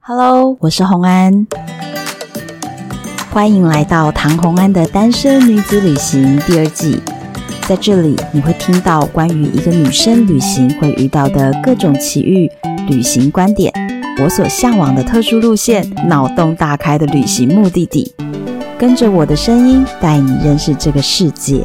Hello， 我是洪安，欢迎来到唐洪安的单身女子旅行第2季。在这里，你会听到关于一个女生旅行会遇到的各种奇遇、旅行观点，我所向往的特殊路线，脑洞大开的旅行目的地。跟着我的声音，带你认识这个世界。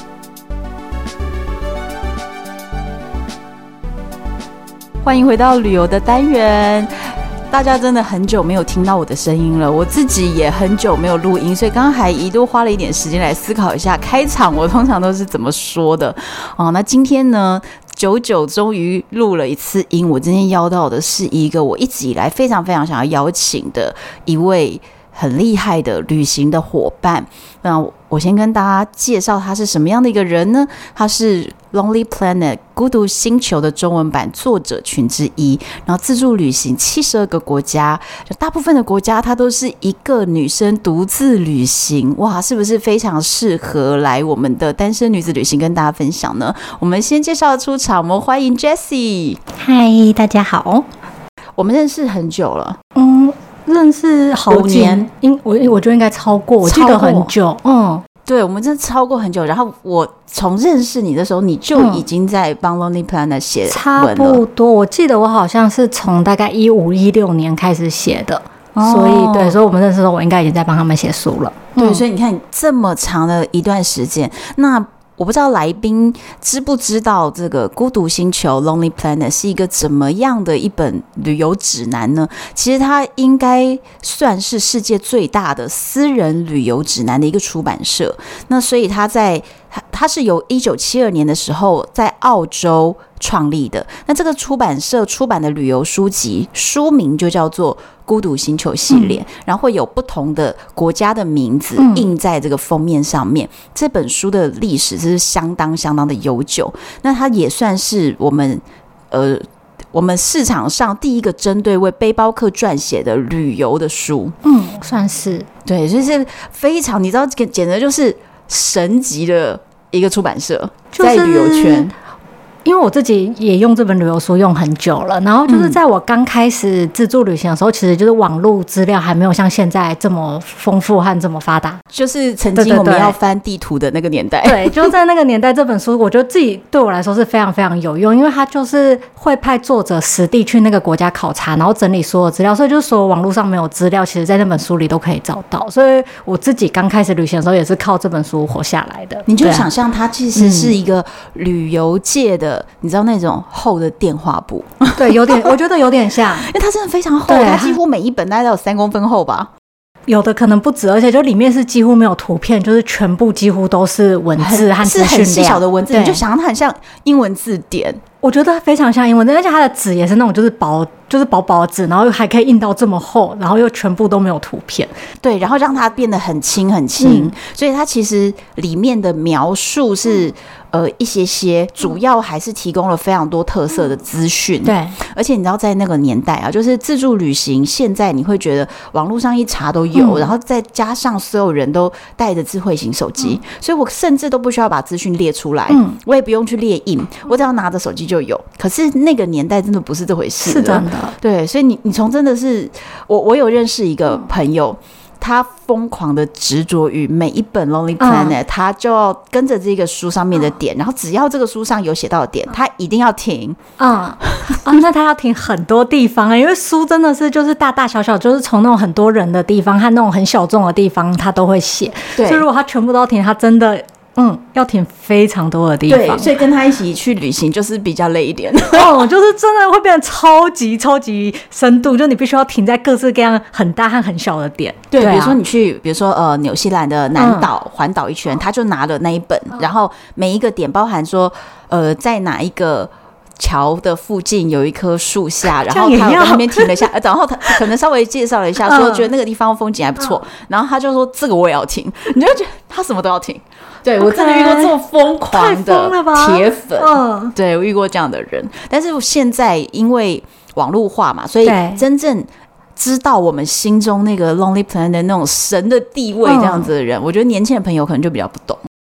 欢迎回到旅游的单元。大家真的很久没有听到我的声音了，我自己也很久没有录音，所以刚刚还一度花了一点时间来思考一下开场我通常都是怎么说的。那今天呢，久终于录了一次音。我今天邀到的是一个我一直以来非常非常想要邀请的一位很厉害的旅行的伙伴。那我先跟大家介绍他是什么样的一个人呢？他是 Lonely Planet 孤独星球的中文版作者群之一，然后自助旅行72个国家，大部分的国家他都是一个女生独自旅行。哇，是不是非常适合来我们的单身女子旅行跟大家分享呢？我们先介绍出场，我们欢迎 Jessie。 嗨，大家好。 我们认识很久了， 认识好几年，我觉得应该超过，我记得很久。 对，我们真的超过很久。然后我从认识你的时候，你就已经在帮 Lonely Planet 写文了。 差不多，我记得我好像是从大概15、16年开始写的，所以我们认识的时候，我应该已经在帮他们写书了。 对，所以你看这么长的一段时间，那我不知道来宾知不知道这个孤独星球 Lonely Planet 是一个怎么样的一本旅游指南呢？其实它应该算是世界最大的私人旅游指南的一个出版社。那所以它是由1972年的时候在澳洲创立的。那这个出版社出版的旅游书籍书名就叫做孤独星球系列，然后会有不同的国家的名字印在这个封面上面。这本书的历史是相当的悠久，那它也算是我们市场上第一个针对为背包客撰写的旅游的书。 算是。 对，就是非常，你知道简直就是神级的一个出版社，在旅游圈。 因为我自己也用这本旅游书用很久了，然后就是在我刚开始自助旅行的时候，其实就是网络资料还没有像现在这么丰富和这么发达， 就是曾经我们要翻地图的那个年代。 对，就在那个年代，这本书我觉得自己对我来说是非常非常有用，因为它就是会派作者实地去那个国家考察，然后整理所有资料，所以就是所有网络上没有资料，其实在那本书里都可以找到。所以我自己刚开始旅行的时候也是靠这本书活下来的。 你就想象它其实是一个旅游界的，你知道那种厚的电话簿。 对，有点，我觉得有点像， 因为它真的非常厚，它几乎每一本大概都有3公分厚吧。 有的可能不止，而且就里面是几乎没有图片，就是全部几乎都是文字和资讯量， 是很细小的文字，你就想象它很像英文字典。 我觉得非常像英文字，而且它的纸也是那种就是薄薄的纸，然后还可以印到这么厚，然后又全部都没有图片。 对，然后让它变得很轻，所以它其实里面的描述是一些，主要还是提供了非常多特色的资讯。 对， 而且你知道在那个年代啊，就是自助旅行，现在你会觉得网络上一查都有，然后再加上所有人都带着智慧型手机，所以我甚至都不需要把资讯列出来，我也不用去列印，我只要拿着手机就有。可是那个年代真的不是这回事， 是真的。 对，所以你从真的是我有认识一个朋友，他疯狂的执着于每一本 Lonely Planet，他就要跟着这个书上面的点，然后只要这个书上有写到的点，他一定要停。 那他要停很多地方，因为书真的是就是大大小小，就是从那种很多人的地方和那种很小众的地方，他都会写。所以如果他全部都要停，他真的要停非常多的地方。 对，所以跟他一起去旅行就是比较累一点。 就是真的会变得超级深度，就你必须要停在各式各样很大和很小的点。 对，比如说你去，比如说纽西兰的南岛环岛一圈，他就拿了那一本，然后每一个点包含说在哪一个桥的附近有一棵树下，然后他在那边停了下，然后他可能稍微介绍了一下，说觉得那个地方风景还不错，然后他就说这个我也要停，你就觉得他什么都要停。对，我真的遇过这么疯狂的铁粉，对，我遇过这样的人。但是现在因为网络化嘛，所以真正知道我们心中那个 Lonely Planet 的那种神的地位这样子的人，我觉得年轻的朋友可能就比较不懂。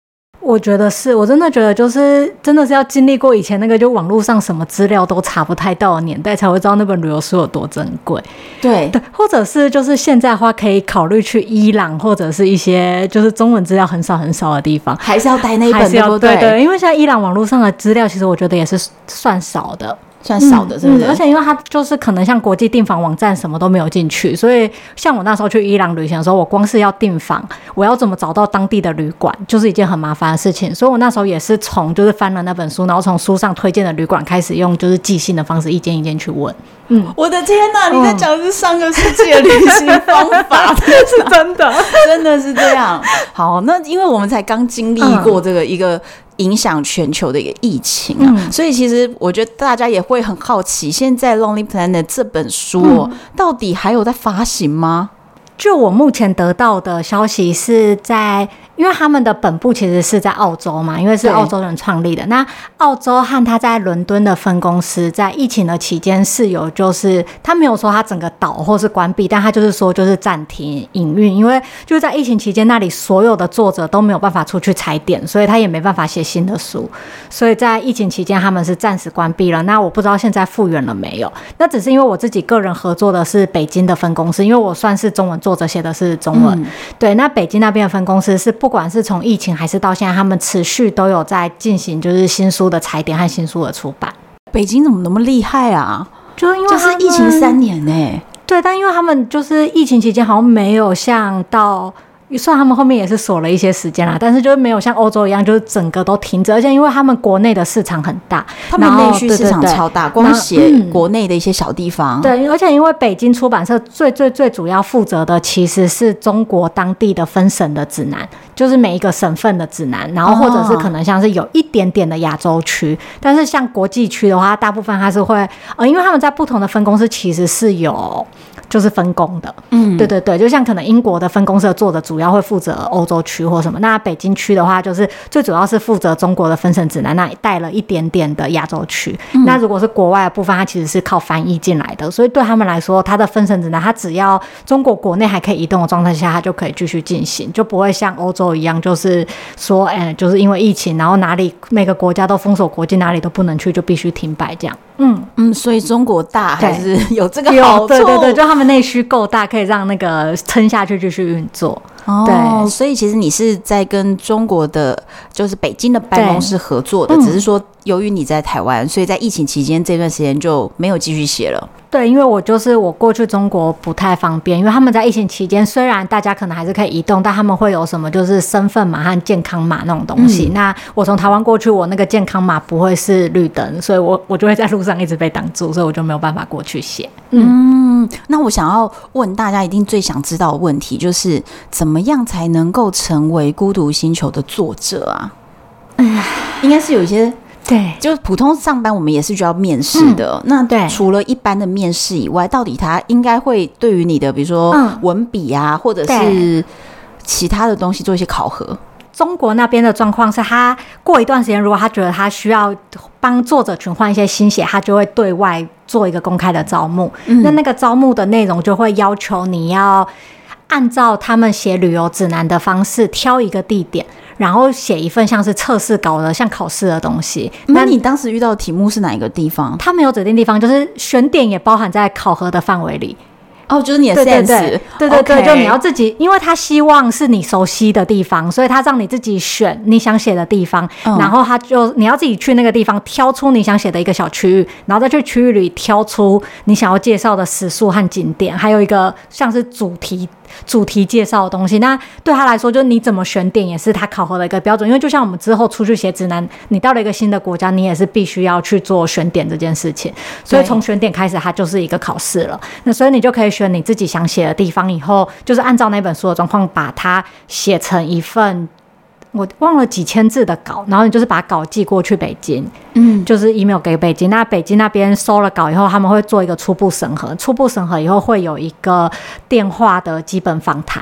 我觉得是，我真的觉得就是真的是要经历过以前那个就网络上什么资料都查不太到的年代，才会知道那本旅游书有多珍贵。 对， 或者是就是现在的话，可以考虑去伊朗或者是一些就是中文资料很少很少的地方， 还是要带那一本，对不对？ 对，因为现在伊朗网络上的资料，其实我觉得也是算少的。 算少的，是不是？ 而且因为它就是可能像国际订房网站什么都没有进去，所以像我那时候去伊朗旅行的时候，我光是要订房，我要怎么找到当地的旅馆，就是一件很麻烦的事情。所以我那时候也是从就是翻了那本书，然后从书上推荐的旅馆开始用就是寄信的方式一间一间去问。 我的天哪！你在讲的是上个世纪的旅行方法， 是真的， 真的是这样。好，那因为我们才刚经历过这个一个影响全球的一个疫情啊，所以其实我觉得大家也会很好奇，现在《Lonely Planet》这本书到底还有在发行吗？ 就我目前得到的消息是在，因为他们的本部其实是在澳洲嘛，因为是澳洲人创立的。那澳洲和他在伦敦的分公司在疫情的期间是有，就是他没有说他整个倒或是关闭，但他就是说就是暂停营运，因为就是在疫情期间那里所有的作者都没有办法出去踩点，所以他也没办法写新的书，所以在疫情期间他们是暂时关闭了。那我不知道现在复原了没有，那只是因为我自己个人合作的是北京的分公司，因为我算是中文作者写的是中文，对，那北京那边的分公司是不管是从疫情还是到现在，他们持续都有在进行就是新书的采点和新书的出版。 北京怎么那么厉害啊？ 就因为就是疫情3年欸。 对，但因为他们就是疫情期间好像没有像到。虽然他们后面也是锁了一些时间啦，但是就是没有像欧洲一样，就是整个都停着。而且因为他们国内的市场很大， 他们内需市场超大，光写国内的一些小地方。 对，而且因为北京出版社最主要负责的其实是中国当地的分省的指南，就是每一个省份的指南，然后或者是可能像是有一点点的亚洲区，但是像国际区的话，大部分它是会因为他们在不同的分公司其实是有。就是分工的，对对对，就像可能英国的分公司的作者主要会负责欧洲区或什么，那北京区的话就是最主要是负责中国的分省指南，那带了一点点的亚洲区。那如果是国外的部分，它其实是靠翻译进来的，所以对他们来说，它的分省指南，它只要中国国内还可以移动的状态下，它就可以继续进行，就不会像欧洲一样，就是说，就是因为疫情，然后哪里每个国家都封锁国境，哪里都不能去，就必须停摆这样。 所以中国大还是有这个好处， 对对对，就他们内需够大，可以让那个撑下去继续运作。 对，所以其实你是在跟中国的就是北京的办公室合作的，只是说由于你在台湾，所以在疫情期间这段时间就没有继续写了。 对，因为我过去中国不太方便，因为他们在疫情期间，虽然大家可能还是可以移动，但他们会有什么就是身份码和健康码那种东西。那我从台湾过去，我那个健康码不会是绿灯，所以我就会在路上一直被挡住，所以我就没有办法过去写。 那我想要问大家一定最想知道的问题，就是怎么样才能够成为孤独星球的作者啊？应该是有一些。 对， 就是普通上班我们也是需要面试的。那除了一般的面试以外，到底他应该会对于你的比如说文笔啊，或者是其他的东西做一些考核？ 中国那边的状况是，他过一段时间，如果他觉得他需要帮作者群换一些新血，他就会对外做一个公开的招募。那个招募的内容就会要求你要按照他们写旅游指南的方式挑一个地点，然后写一份像是测试稿的像考试的东西。 那你当时遇到的题目是哪一个地方？ 他没有指定地方，就是选点也包含在考核的范围里。 就是你的 sense， 对，就你要自己，因为他希望是你熟悉的地方，所以他让你自己选你想写的地方，然后你要自己去那个地方挑出你想写的一个小区域，然后再去区域里挑出你想要介绍的食宿和景点，还有一个像是主题介绍的东西。那对他来说，就你怎么选点也是他考核的一个标准，因为就像我们之后出去写指南，你到了一个新的国家，你也是必须要去做选点这件事情，所以从选点开始它就是一个考试了。那所以你就可以选你自己想写的地方，以后就是按照那本书的状况把它写成一份我忘了几千字的稿，然后你就是把稿寄过去北京，就是 email 给北京。那北京那边收了稿以后，他们会做一个初步审核，初步审核以后会有一个电话的基本访谈。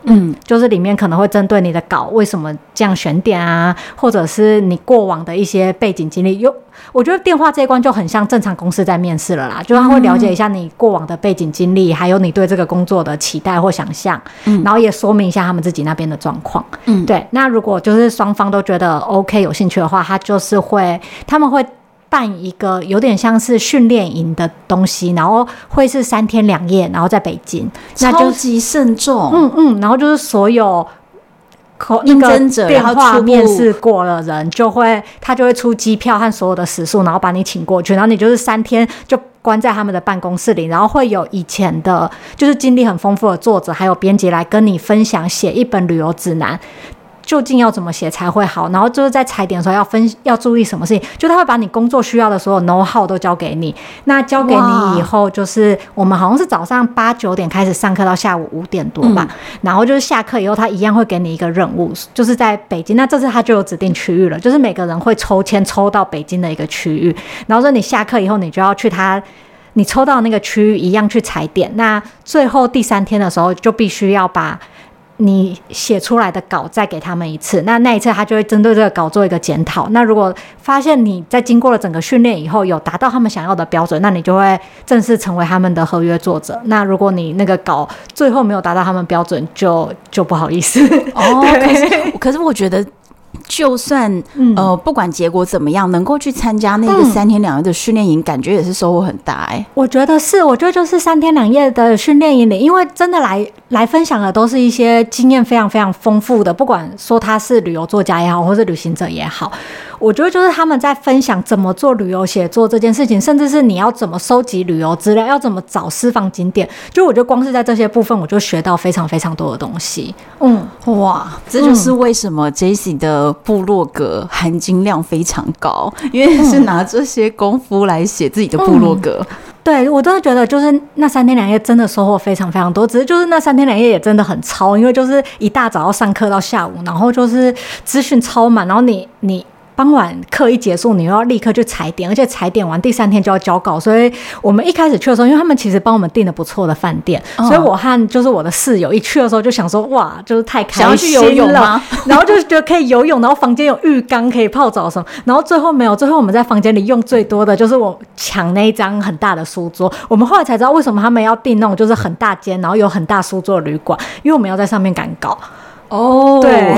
就是里面可能会针对你的稿为什么这样选点啊，或者是你过往的一些背景经历。我觉得电话这一关就很像正常公司在面试了啦，就是他会了解一下你过往的背景经历，还有你对这个工作的期待或想象，然后也说明一下他们自己那边的状况。对，那如果就是双方都觉得 OK 有兴趣的话，他们会办一个有点像是训练营的东西，然后会是3天2夜，然后在北京， 超级慎重。 然后就是所有应征者电话面试过的人他就会出机票和所有的食宿，然后把你请过去，然后你就是3天就关在他们的办公室里，然后会有以前的就是经历很丰富的作者还有编辑来跟你分享写一本旅游指南究竟要怎么写才会好，然后就是在踩点的时候要注意什么事情，就他会把你工作需要的所有 know how 都交给你。那交给你以后，就是我们好像是早上8、9点开始上课到下午5点多吧，然后就是下课以后他一样会给你一个任务，就是在北京。那这次他就有指定区域了，就是每个人会抽签抽到北京的一个区域，然后说你下课以后你就要去你抽到那个区域一样去踩点。那最后第3天的时候就必须要把你写出来的稿再给他们一次，那一次他就会针对这个稿做一个检讨。那如果发现你在经过了整个训练以后有达到他们想要的标准，那你就会正式成为他们的合约作者。那如果你那个稿最后没有达到他们标准，就不好意思。 可是我觉得就算不管结果怎么样，能够去参加那个3天2夜的训练营，感觉也是收获很大。 我觉得就是3天2夜的训练营里，因为真的来分享的都是一些经验非常非常丰富的，不管说他是旅游作家也好，或是旅行者也好，我觉得就是他们在分享怎么做旅游写作这件事情，甚至是你要怎么收集旅游资料，要怎么找私房景点，就我觉得光是在这些部分我就学到非常非常多的东西。 哇，这就是为什么 Jessie 的部落格含金量非常高，因为是拿这些功夫来写自己的部落格。 对，我真的觉得就是那3天2夜真的收获非常非常多，只是就是那3天2夜也真的很超，因为就是一大早要上课到下午，然后就是资讯超满，然后你傍晚课一结束，你又要立刻去踩点，而且踩点完第3天就要交稿，所以我们一开始去的时候，因为他们其实帮我们订了不错的饭店，所以我和就是我的室友一去的时候就想说，哇，就是太开心了， 想要去游泳吗？ 然后就觉得可以游泳，然后房间有浴缸可以泡澡什么，然后最后没有，最后我们在房间里用最多的就是我抢那一张很大的书桌。我们后来才知道为什么他们要订那种就是很大间，然后有很大书桌的旅馆，因为我们要在上面赶稿。对。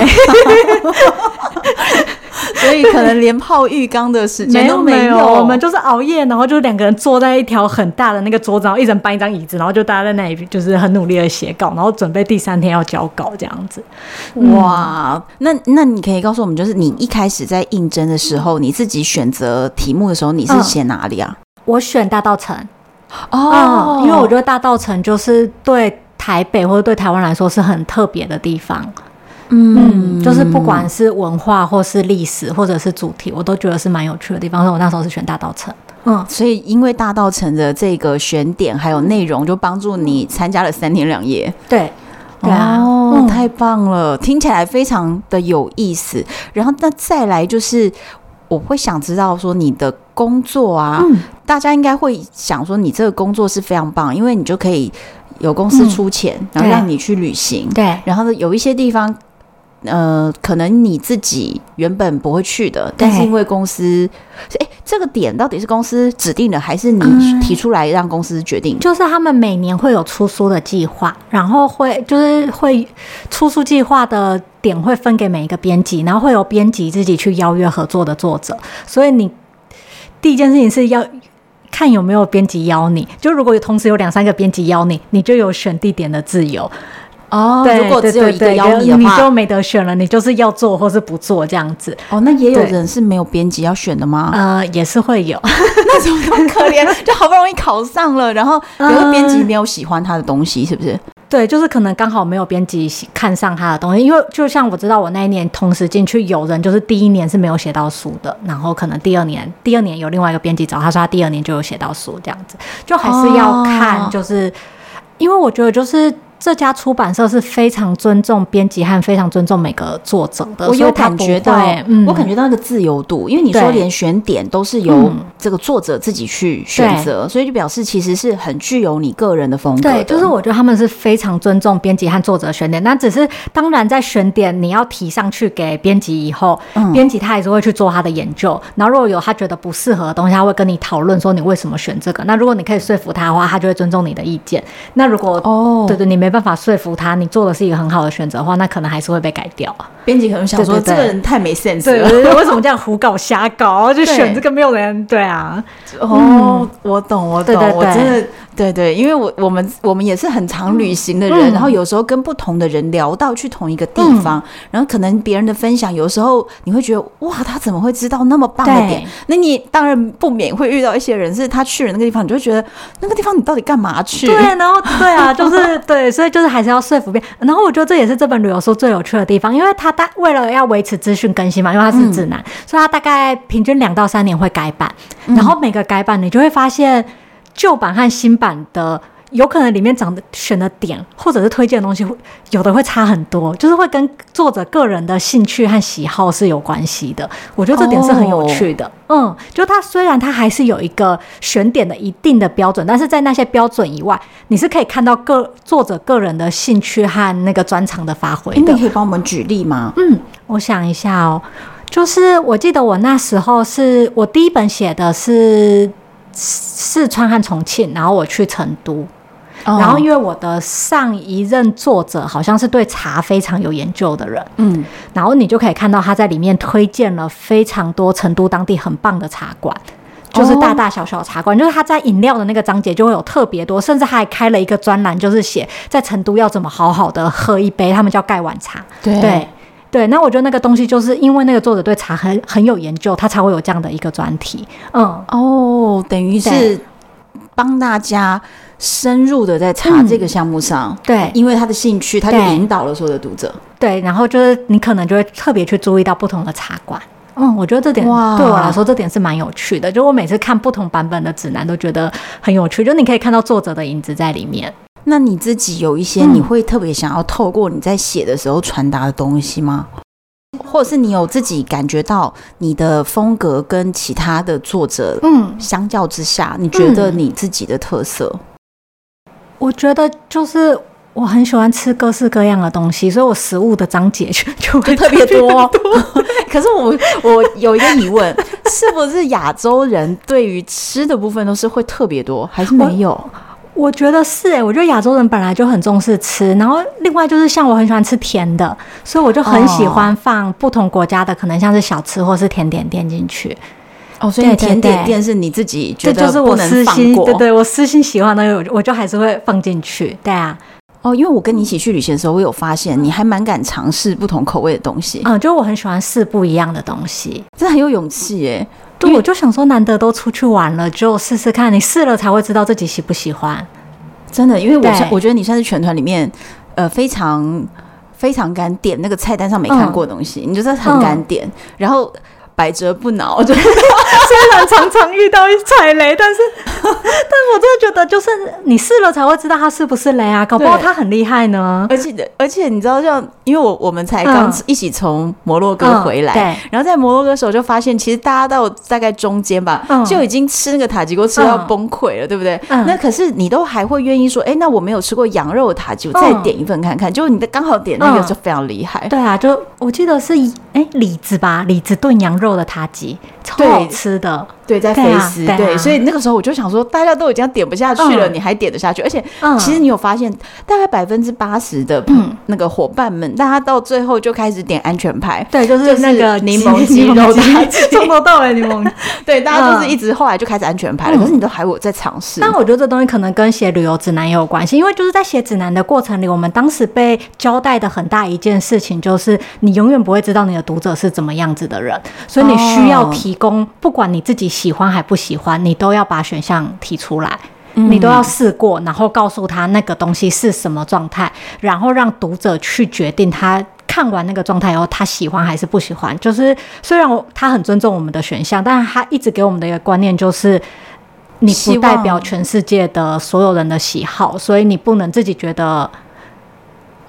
所以可能连泡浴缸的时间都没有， 我们就是熬夜，然后就2个人坐在一条很大的那个桌子，然后一人搬一张椅子，然后就大家在那里就是很努力的写稿，然后准备第3天要交稿这样子。 哇，那你可以告诉我们，就是你一开始在应征的时候，你自己选择题目的时候，你是写哪里啊？ 我选大稻埕。因为我觉得大稻埕就是对台北或者对台湾来说是很特别的地方。就是不管是文化或是历史或者是主题，我都觉得是蛮有趣的地方，所以我那时候是选大稻埕。 所以因为大稻埕的这个选点还有内容，就帮助你参加了3天2夜。 对啊， 太棒了，听起来非常的有意思。然后那再来就是我会想知道说你的工作啊，大家应该会想说你这个工作是非常棒，因为你就可以有公司出钱，然后让你去旅行。 对， 然后有一些地方可能你自己原本不会去的，但是因为公司，这个点到底是公司指定的，还是你提出来让公司决定？ 就是他们每年会有出书的计划，然后会出书计划的点会分给每一个编辑，然后会有编辑自己去邀约合作的作者，所以你第一件事情是要看有没有编辑邀你，就如果同时有2、3个编辑邀你，你就有选地点的自由。 如果只有一个邀你的话， 你就没得选了，你就是要做或是不做这样子。 那也有人是没有编辑要选的吗？ 也是会有。 那怎么那么可怜？就好不容易考上了，然后有个编辑没有喜欢他的东西，是不是？ 对，就是可能刚好没有编辑看上他的东西，因为就像我知道我那一年同时进去，有人就是第1年是没有写到书的，然后可能第二年有另外一个编辑找他说他第2年就有写到书，这样子就还是要看，就是因为我觉得就是这家出版社是非常尊重编辑和非常尊重每个作者的， 我有感觉到，我感觉到那个自由度，因为你说连选点都是由这个作者自己去选择，所以就表示其实是很具有你个人的风格的。 对，就是我觉得他们是非常尊重编辑和作者的选点，那只是当然在选点你要提上去给编辑以后，编辑他还是会去做他的研究，然后如果有他觉得不适合的东西，他会跟你讨论说你为什么选这个。那如果你可以说服他的话，他就会尊重你的意见。那如果对你没办法说服他，你做的是一个很好的选择的话，那可能还是会被改掉。 编辑可能想说这个人太没 sense 了， 对，为什么这样胡搞瞎搞，就选这个没有人。对啊， 我懂，我真的对，因为我们也是很常旅行的人，然后有时候跟不同的人聊到去同一个地方，然后可能别人的分享，有时候你会觉得哇，他怎么会知道那么棒的点？那你当然不免会遇到一些人，是他去了那个地方，你就会觉得那个地方你到底干嘛去？ 对，然后对啊，就是对，所以就是还是要说服别人。然后我觉得这也是这本旅游书最有趣的地方，因为他为了要维持资讯更新嘛，因为它是指南，所以他大概平均2到3年会改版，然后每个改版你就会发现旧版和新版的有可能里面选的点或者是推荐的东西有的会差很多，就是会跟作者个人的兴趣和喜好是有关系的。我觉得这点是很有趣的。就它虽然它还是有一个选点的一定的标准，但是在那些标准以外，你是可以看到作者个人的兴趣和那个专长的发挥的。 你可以帮我们举例吗？ 我想一下哦，就是我记得我那时候是我第一本写的是四川和重庆，然后我去成都。然后因为我的上一任作者好像是对茶非常有研究的人，然后你就可以看到他在里面推荐了非常多成都当地很棒的茶馆，就是大大小小的茶馆，就是他在饮料的那个章节就会有特别多，甚至他还开了一个专栏，就是写在成都要怎么好好的喝一杯，他们叫盖碗茶。对，那我觉得那个东西就是因为那个作者对茶很有研究，他才会有这样的一个专题。 等于是帮大家深入的在茶这个项目上，对，因为他的兴趣，他就引导了所有的读者。 对，然后就是你可能就会特别去注意到不同的茶馆。我觉得这点对我来说，这点是蛮有趣的。就我每次看不同版本的指南，都觉得很有趣。就你可以看到作者的影子在里面。 那你自己有一些你会特别想要透过你在写的时候传达的东西吗？或者是你有自己感觉到你的风格跟其他的作者相较之下，你觉得你自己的特色？ 我觉得就是我很喜欢吃各式各样的东西，所以我食物的章节就会特别多。可是我有一个疑问，是不是亚洲人对于吃的部分都是会特别多，还是没有？ 我觉得是我觉得亚洲人本来就很重视吃，然后另外就是像我很喜欢吃甜的，所以我就很喜欢放不同国家的可能像是小吃或是甜点店进去。 所以甜点店是你自己觉得不能放过？ 对，我私心喜欢的我就还是会放进去。对啊。 因为我跟你一起去旅行的时候，我有发现你还蛮敢尝试不同口味的东西。 就我很喜欢试不一样的东西， 真的很有勇气耶。 对，我就想说难得都出去玩了，就试试看，你试了才会知道自己喜不喜欢。 真的，因为我觉得你算是全团里面非常非常敢点那个菜单上没看过的东西，你就是很敢点，然后百折不挠。虽然常常遇到踩雷，但我真的觉得就是你试了才会知道它是不是雷啊，搞不好它很厉害呢。 而且你知道，像因为我们才刚一起从摩洛哥回来，然后在摩洛哥的时候就发现，其实大家到大概中间吧，就已经吃那个塔吉锅吃到崩溃了，对不对？那可是你都还会愿意说，那我没有吃过羊肉的塔吉，我再点一份看看。就你刚好点那个就非常厉害。 对啊，就我记得是李子吧，李子炖羊肉的塔吉，超好吃的。 对，在菲斯，对，所以那个时候我就想说，大家都已经点不下去了，你还点得下去？而且，其实你有发现，大概80%的那个伙伴们，大家到最后就开始点安全牌， 对，就是那个柠檬鸡肉塔吉， 从头到尾柠檬， 对，大家就是一直后来就开始安全牌了。可是你都还有在尝试。 但我觉得这东西可能跟写旅游指南也有关系，因为就是在写指南的过程里，我们当时被交代的很大一件事情就是，你永远不会知道你的读者是怎么样子的人，所以你需要提供，不管你自己喜欢还不喜欢，你都要把选项提出来，你都要试过，然后告诉他那个东西是什么状态，然后让读者去决定他看完那个状态以后他喜欢还是不喜欢。就是虽然他很尊重我们的选项，但是他一直给我们的一个观念就是你不代表全世界的所有人的喜好，所以你不能自己觉得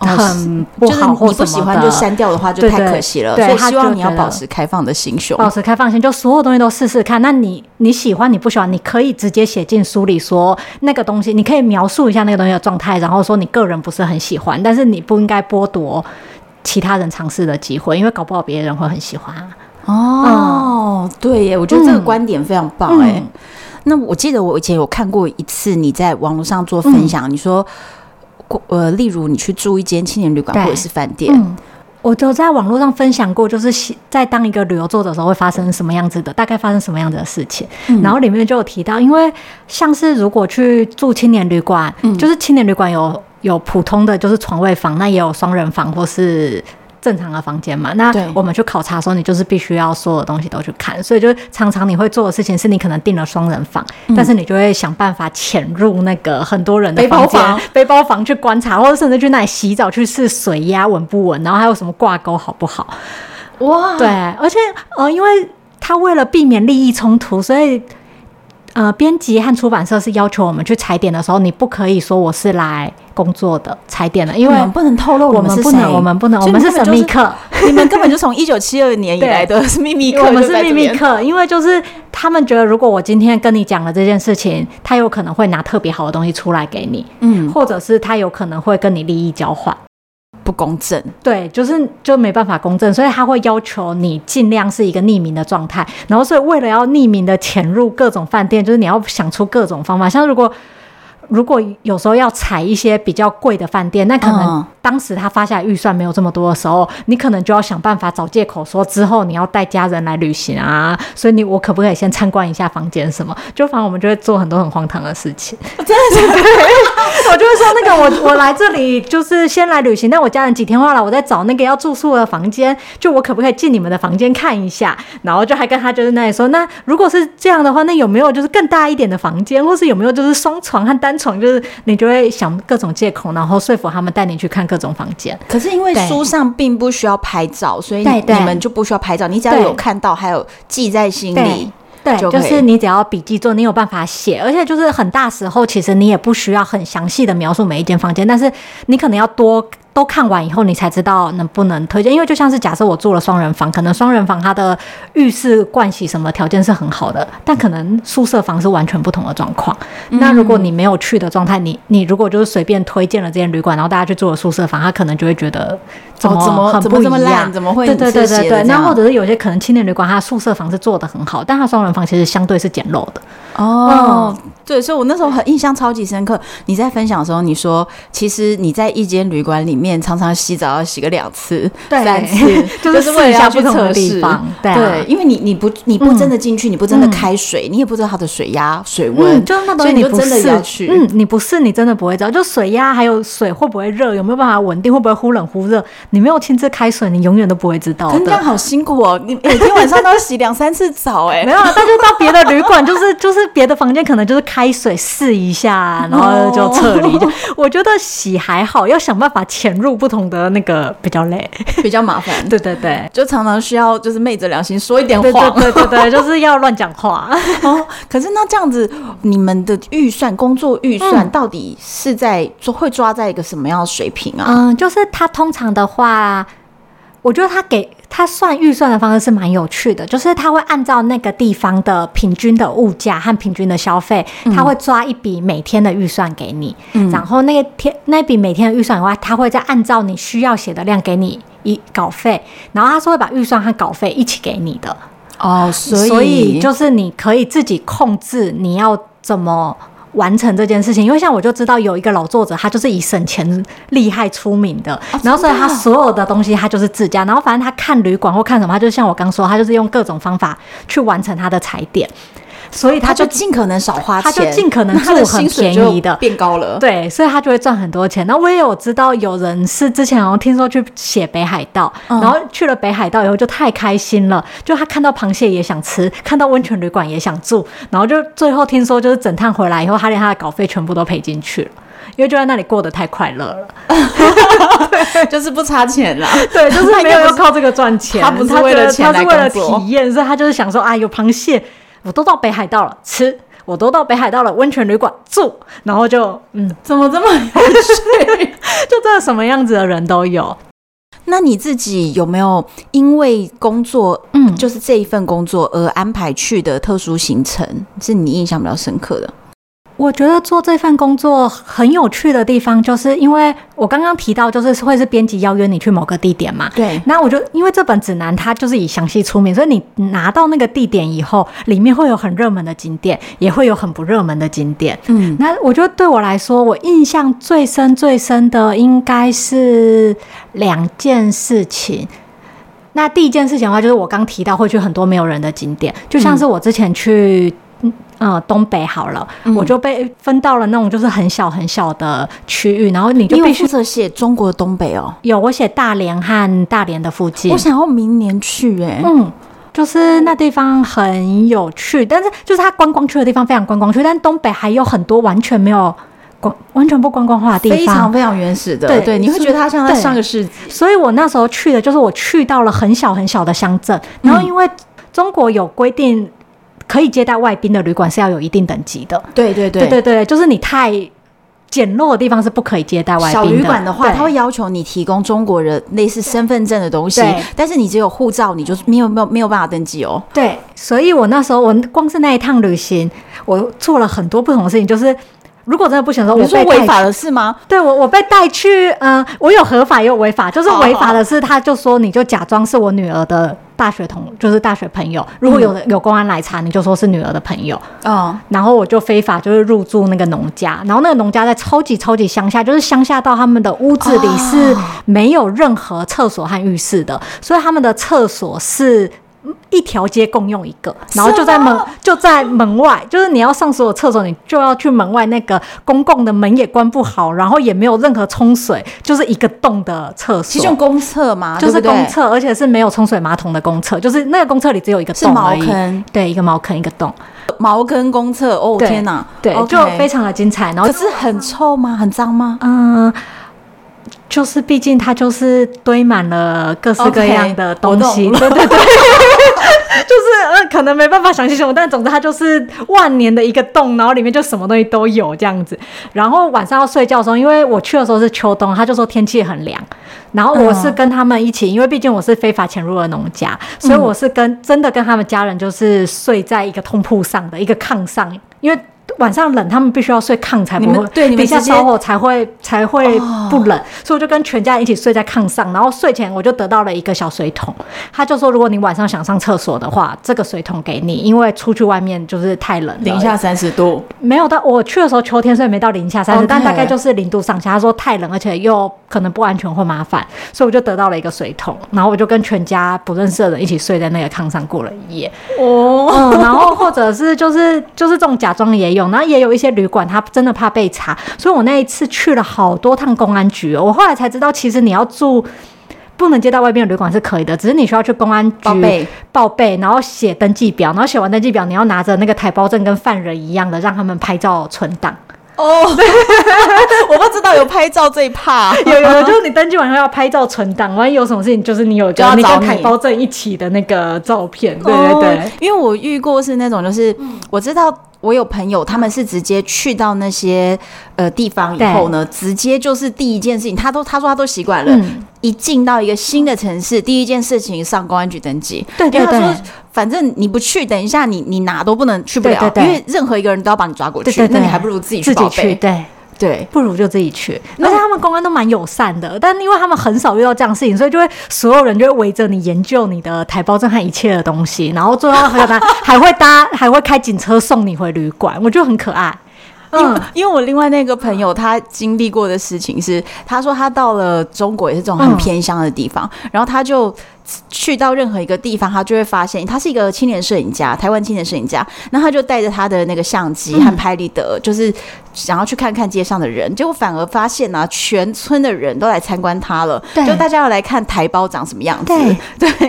很不好或什么的， 就是你不喜欢就删掉的话就太可惜了， 对所以希望你要保持开放的心胸， 保持开放心，就所有东西都试试看。那你喜欢你不喜欢，你可以直接写进书里说那个东西，你可以描述一下那个东西的状态，然后说你个人不是很喜欢，但是你不应该剥夺其他人尝试的机会，因为搞不好别人会很喜欢对耶，我觉得这个观点非常棒耶。那我记得我以前有看过一次你在网络上做分享，你说例如你去住一间青年旅馆或者是饭店， 我就在网络上分享过，就是在当一个旅游作者的时候会发生什么样子的，大概发生什么样子的事情，然后里面就有提到，因为像是如果去住青年旅馆，就是青年旅馆有普通的就是床位房，那也有双人房或是正常的房间嘛，那我们去考察的时候，你就是必须要所有的东西都去看，所以就常常你会做的事情是你可能订了双人房，但是你就会想办法潜入那个很多人的房间背包房去观察，或者甚至去那里洗澡去试水压稳不稳，然后还有什么挂钩好不好。哇，对，而且因为他为了避免利益冲突，所以编辑和出版社是要求我们去踩点的时候，你不可以说我是来工作的踩点的，因为我们不能透露我们是谁， 我们不能，我们是神秘客， 你们根本就从1972年以来的秘密客， 我们是秘密客，因为就是他们觉得如果我今天跟你讲了这件事情，他有可能会拿特别好的东西出来给你，或者是他有可能会跟你利益交换。 不公正， 对，就没办法公正，所以他会要求你尽量是一个匿名的状态，然后所以为了要匿名的潜入各种饭店，就是你要想出各种方法，像如果有时候要采一些比较贵的饭店，那可能当时他发下来预算没有这么多的时候，你可能就要想办法找借口说之后你要带家人来旅行啊，所以我可不可以先参观一下房间什么？就反正我们就会做很多很荒唐的事情。 真的对， 我就会说那个我来这里就是先来旅行，但我家人几天后来我在找那个要住宿的房间，就我可不可以进你们的房间看一下？然后就还跟他就是那里说，那如果是这样的话，那有没有就是更大一点的房间，或是有没有就是双床和单床，就是你就会想各种借口，然后说服他们带你去看各种房间。 可是因为书上并不需要拍照，所以你们就不需要拍照，你只要有看到还有记在心里。 对，就是你只要笔记做，你有办法写，而且就是很大时候，其实你也不需要很详细的描述每一间房间，但是你可能要都看完以后，你才知道能不能推荐。因为就像是假设我住了双人房，可能双人房它的浴室、盥洗什么条件是很好的，但可能宿舍房是完全不同的状况。那如果你没有去的状态，你如果就是随便推荐了这间旅馆，然后大家去住了宿舍房，他可能就会觉得怎么很不一样， 怎么会对。那或者是有些可能青年旅馆，它宿舍房是做得很好，但它双人房其实相对是简陋的。 对，所以我那时候印象超级深刻。你在分享的时候，你说其实你在一间旅馆里面常常洗澡要洗个2次、3次， 就是为了要去测试。 对，因为你不真的进去，你不真的开水，你也不知道它的水压、水温， 就那东西你就真的要去。 你不试，你真的不会知道。就水压还有水会不会热，有没有办法稳定，会不会忽冷忽热，你没有亲自开水，你永远都不会知道的。 这样好辛苦哦，你每天晚上都要洗2-3次澡没有啊，但就到别的旅馆，就是别的房间可能就是开水试一下，然后就撤离。我觉得洗还好，要想办法潜入不同的那个比较累， 比较麻烦。 对， 就常常需要就是昧着良心说一点话。 对，就是要乱讲话。 可是那这样子，你们的工作预算到底是会抓在一个什么样的水平啊？ 就是他通常的话，我觉得他算预算的方式是蛮有趣的，就是他会按照那个地方的平均的物价和平均的消费，他会抓一笔每天的预算给你，然后那笔每天的预算以外，他会再按照你需要写的量给你稿费，然后他是会把预算和稿费一起给你的。所以就是你可以自己控制你要怎么完成这件事情，因为像我就知道有一个老作者，他就是以省钱厉害出名的，然后所以他所有的东西他就是自家，然后反正他看旅馆或看什么，他就像我刚说，他就是用各种方法去完成他的踩点，所以他就尽可能少花钱， 他就尽可能住很便宜的， 变高了。 对，所以他就会赚很多钱。然后我也有知道有人是之前好像听说去写北海道，然后去了北海道以后就太开心了，就他看到螃蟹也想吃，看到温泉旅馆也想住，然后就最后听说就是整趟回来以后，他连他的稿费全部都赔进去了。因为就在那里过得太快乐了， 就是不差钱啦。 对，就是没有要靠这个赚钱， 他不是为了钱来工作， 他是为了体验，所以他就是想说啊，有螃蟹，我都到北海道了，吃。 我都到北海道了温泉旅馆住，然后就怎么这么有趣？ 就真的什么样子的人都有。 那你自己有没有因为工作，就是这一份工作而安排去的特殊行程，是你印象比较深刻的？ 我觉得做这份工作很有趣的地方，就是因为我刚刚提到，就是会是编辑邀约你去某个地点嘛。 对。 那我就因为这本指南它就是以详细出名，所以你拿到那个地点以后，里面会有很热门的景点，也会有很不热门的景点。那我觉得对我来说，我印象最深的应该是2件事情。那第一件事情的话，就是我刚提到会去很多没有人的景点，就像是我之前去东北好了，我就被分到了那种就是很小很小的区域，然后你就必须负责写中国的东北哦。 有，我写大连和大连的附近。 我想要明年去就是那地方很有趣，但是就是它观光区的地方非常观光区，但东北还有很多完全不观光化的地方， 非常非常原始的。对，你会觉得它像在上个世纪。 所以我那时候去的就是我去到了很小很小的乡镇，然后因为中国有规定，可以接待外宾的旅馆是要有一定等级的。对，就是你太简陋的地方是不可以接待外宾的。 小旅馆的话，他会要求你提供中国人类似身份证的东西，但是你只有护照，你就是没有办法登记哦。 对，所以我那时候我光是那一趟旅行，我做了很多不同的事情，就是如果真的不行的时候， 我被违法的事吗？对， 我被带去，我有合法也有违法，就是违法的是，他就说你就假装是我女儿的就是大学朋友，如果有公安来查，你就说是女儿的朋友，然后我就非法就是入住那个农家，然后那个农家在超级超级乡下，就是乡下到他们的屋子里是没有任何厕所和浴室的，所以他们的厕所是一条街共用一个，然后就在门外，就是你要上所有厕所，你就要去门外那个公共的门也关不好，然后也没有任何冲水，就是一个洞的厕所。 其实用公厕嘛， 就是公厕，而且是没有冲水马桶的公厕，就是那个公厕里只有一个洞而已，是茅坑，对，一个茅坑一个洞， 茅坑公厕。哦，天哪， 对，就非常的精彩。然后可是很臭吗？很脏吗？ 就是毕竟它就是堆满了各式各样的东西，对，就是可能没办法详细形容，但总之它就是万年的一个洞，然后里面就什么东西都有这样子。然后晚上要睡觉的时候，因为我去的时候是秋冬，他就说天气很凉，然后我是跟他们一起，因为毕竟我是非法潜入了农家，所以我是真的跟他们家人就是睡在一个通铺上的一个炕上，因为晚上冷，他们必须要睡炕才不会，底下烧火才会不冷，所以我就跟全家人一起睡在炕上，然后睡前我就得到了一个小水桶，他就说如果你晚上想上厕所的话，这个水桶给你，因为出去外面就是太冷了， 零下30度， 没有到我去的时候秋天，所以没到零下30，但大概就是0度上下。他说太冷，而且又可能不安全或麻烦，所以我就得到了一个水桶，然后我就跟全家不认识的人一起睡在那个炕上过了一夜。然后或者是就是这种假装也有。然后也有一些旅馆，他真的怕被查，所以我那一次去了好多趟公安局。我后来才知道，其实你要住不能接待外边的旅馆是可以的，只是你需要去公安局报备，然后写登记表，然后写完登记表，你要拿着那个台胞证跟犯人一样的，让他们拍照存档。 我不知道有拍照这一趴， 有，就是你登记完后要拍照存档，万一有什么事情，就是你有跟台胞证一起的那个照片。对， 因为我遇过是那种，就是我知道。我有朋友，他们是直接去到那些地方以后呢，直接就是第一件事情，他说他都习惯了，一进到一个新的城市，第一件事情上公安局登记。对，因为他说反正你不去，等一下你哪都不能去不了，因为任何一个人都要把你抓过去，那你还不如自己去报备。对， 不如就自己去。而且他们公安都蛮友善的，但因为他们很少遇到这样的事情，所以就会所有人就会围着你研究你的台胞证和一切的东西，然后最后还会开警车送你回旅馆，我觉得很可爱。 因为我另外那个朋友他经历过的事情是，他说他到了中国也是这种很偏乡的地方，然后他就去到任何一个地方，他就会发现他是一个青年摄影家，台湾青年摄影家，那他就带着他的那个相机和拍立得，就是想要去看看街上的人，结果反而发现啊，全村的人都来参观他了，就大家要来看台胞长什么样子。对。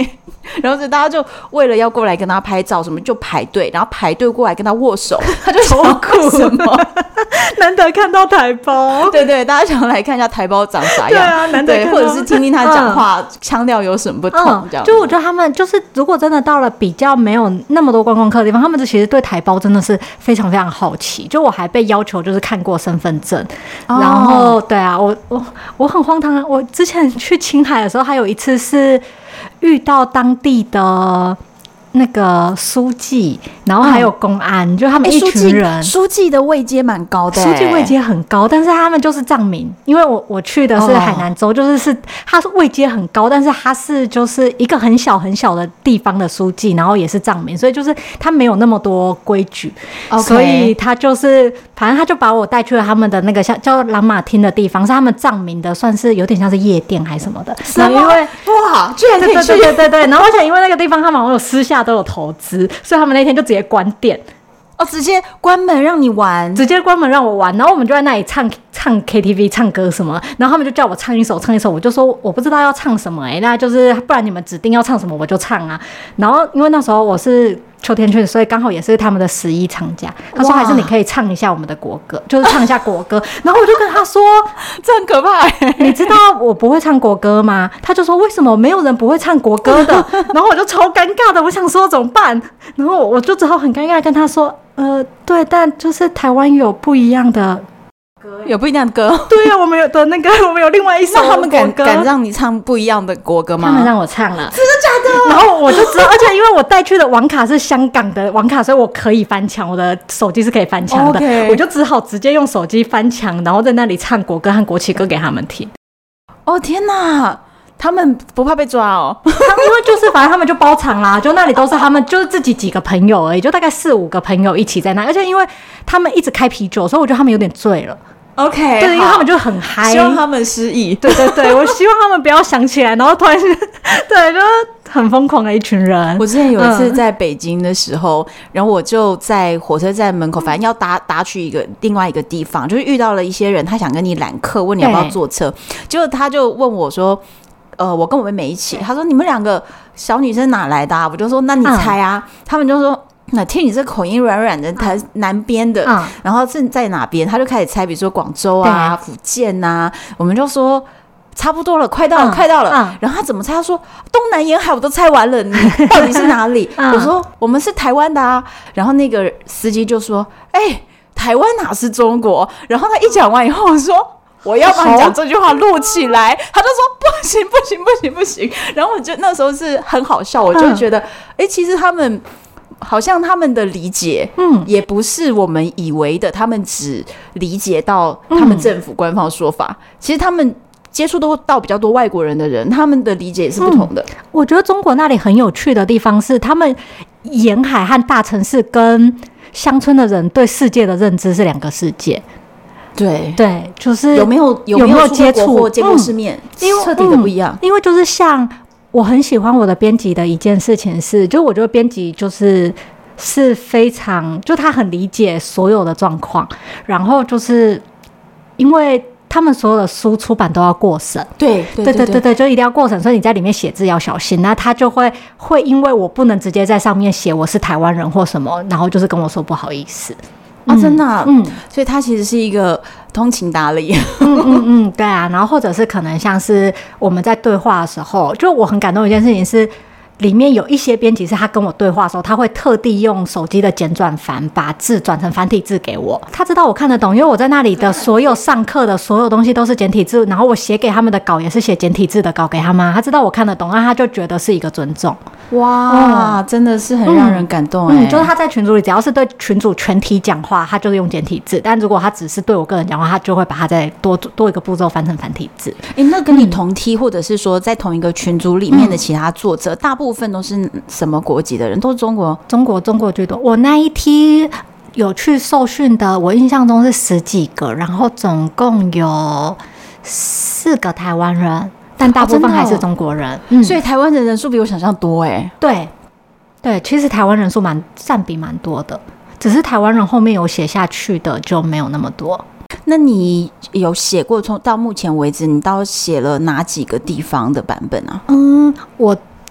然后所以大家就为了要过来跟他拍照什么就排队，然后排队过来跟他握手，他就说酷什么难得看到台胞， 对对，大家想来看一下台胞长啥样， 对啊，难得看到， 或者是听听他讲话腔调有什么不同，这样。 就我觉得他们就是如果真的到了比较没有那么多观光客的地方，他们其实对台胞真的是非常非常好奇。就我还被要求就是看过身份证，然后对啊，我很荒唐，我之前去青海的时候，还有一次是遇到当地的那个书记，然后还有公安，就他们一群人。 书记的位阶蛮高的， 书记位阶很高，但是他们就是藏民，因为我去的是海南州，就是他是位阶很高，但是他是就是一个很小很小的地方的书记，然后也是藏民，所以就是他没有那么多规矩，所以他就是反正他就把我带去了他们的那个叫朗玛厅的地方，是他们藏民的，算是有点像是夜店还是什么的。 然后因为哇，居然可以去， 对，然后而且因为那个地方他们好像有私下都有投资，所以他们那天就直接关店。 直接关门让你玩， 直接关门让我玩，然后我们就在那里唱 KTV 唱歌什么，然后他们就叫我唱一首，我就说我不知道要唱什么那就是不然你们指定要唱什么我就唱啊。然后因为那时候我是秋天去，所以刚好也是他们的11长假，他说还是你可以唱一下我们的国歌，就是唱一下国歌。然后我就跟他说这很可怕你知道我不会唱国歌吗？他就说为什么没有人不会唱国歌的？然后我就超尴尬的，我想说怎么办？然后我就只好很尴尬跟他说对，但就是台湾有不一样的歌， 有不一样的歌。 对啊，我们有的那个，我们有另外一首。 那他们敢让你唱不一样的国歌吗？ 他们让我唱了， 真的假的？ 然后我就知道，而且因为我带去的网卡是香港的网卡，所以我可以翻墙，我的手机是可以翻墙的。 Okay. 我就只好直接用手机翻墙，然后在那里唱国歌和国旗歌给他们听。 天哪！他们不怕被抓哦？ 他们因为就是反正他们就包场啦，就那里都是他们就是自己几个朋友而已，就大概4-5个朋友一起在那，而且因为他们一直开啤酒，所以我觉得他们有点醉了。 OK， 对，因为他们就很嗨， 希望他们失忆。 对，我希望他们不要想起来，然后突然对，就是很疯狂的一群人。 我之前有一次在北京的时候，然后我就在火车站门口，反正要搭去另外一个地方，就是遇到了一些人，他想跟你揽客，问你要不要坐车，结果他就问我说。我跟我妹妹一起，他说你们2个小女生哪来的我就说那你猜啊，他们就说那听你这口音软软的，台南边的，然后是在哪边？他就开始猜，比如说广州啊、福建啊，我们就说差不多了，快到了，然后他怎么猜？他说东南沿海我都猜完了，你到底是哪里？我说我们是台湾的啊，然后那个司机就说台湾哪是中国？然后他一讲完以后，我说。我要帮你讲这句话录起来，他就说不行，然后我就那时候是很好笑，我就觉得其实他们好像他们的理解也不是我们以为的，他们只理解到他们政府官方说法，其实他们接触到比较多外国人的人，他们的理解也是不同的。 我觉得中国那里很有趣的地方是他们沿海和大城市跟乡村的人对世界的认知是2个世界。对，就是有没有接触或见过世面，彻底的不一样。 因为就是像我很喜欢我的编辑的一件事情是，就我觉得编辑就是非常，就他很理解所有的状况，然后就是因为他们所有的书出版都要过审， 对， 就一定要过审，所以你在里面写字要小心。那他就会因为我不能直接在上面写我是台湾人或什么，然后就是跟我说不好意思。 真的所以他其实是一个通情达理。 对啊，然后或者是可能像是我们在对话的时候，就我很感动的一件事情是，里面有一些编辑是他跟我对话的时候，他会特地用手机的简转繁把字转成繁体字给我，他知道我看得懂，因为我在那里的所有上课的所有东西都是简体字，然后我写给他们的稿也是写简体字的稿给他们，他知道我看得懂，那他就觉得是一个尊重。 哇，真的是很让人感动就是他在群组里只要是对群组全体讲话，他就是用简体字，但如果他只是对我个人讲话，他就会把它再多一个步骤翻成繁体字。 那跟你同梯或者是说在同一个群组里面的其他作者，大部分都是什么国籍的人？都是中国居多。我那一梯有去受训的，我印象中是10几个，然后总共有4个台湾人，但大部分还是中国人。所以台湾的人数比我想象多对，其实台湾人数占比蛮多的，只是台湾人后面有写下去的就没有那么多。 那你有写过到目前为止你到写了哪几个地方的版本啊？ 我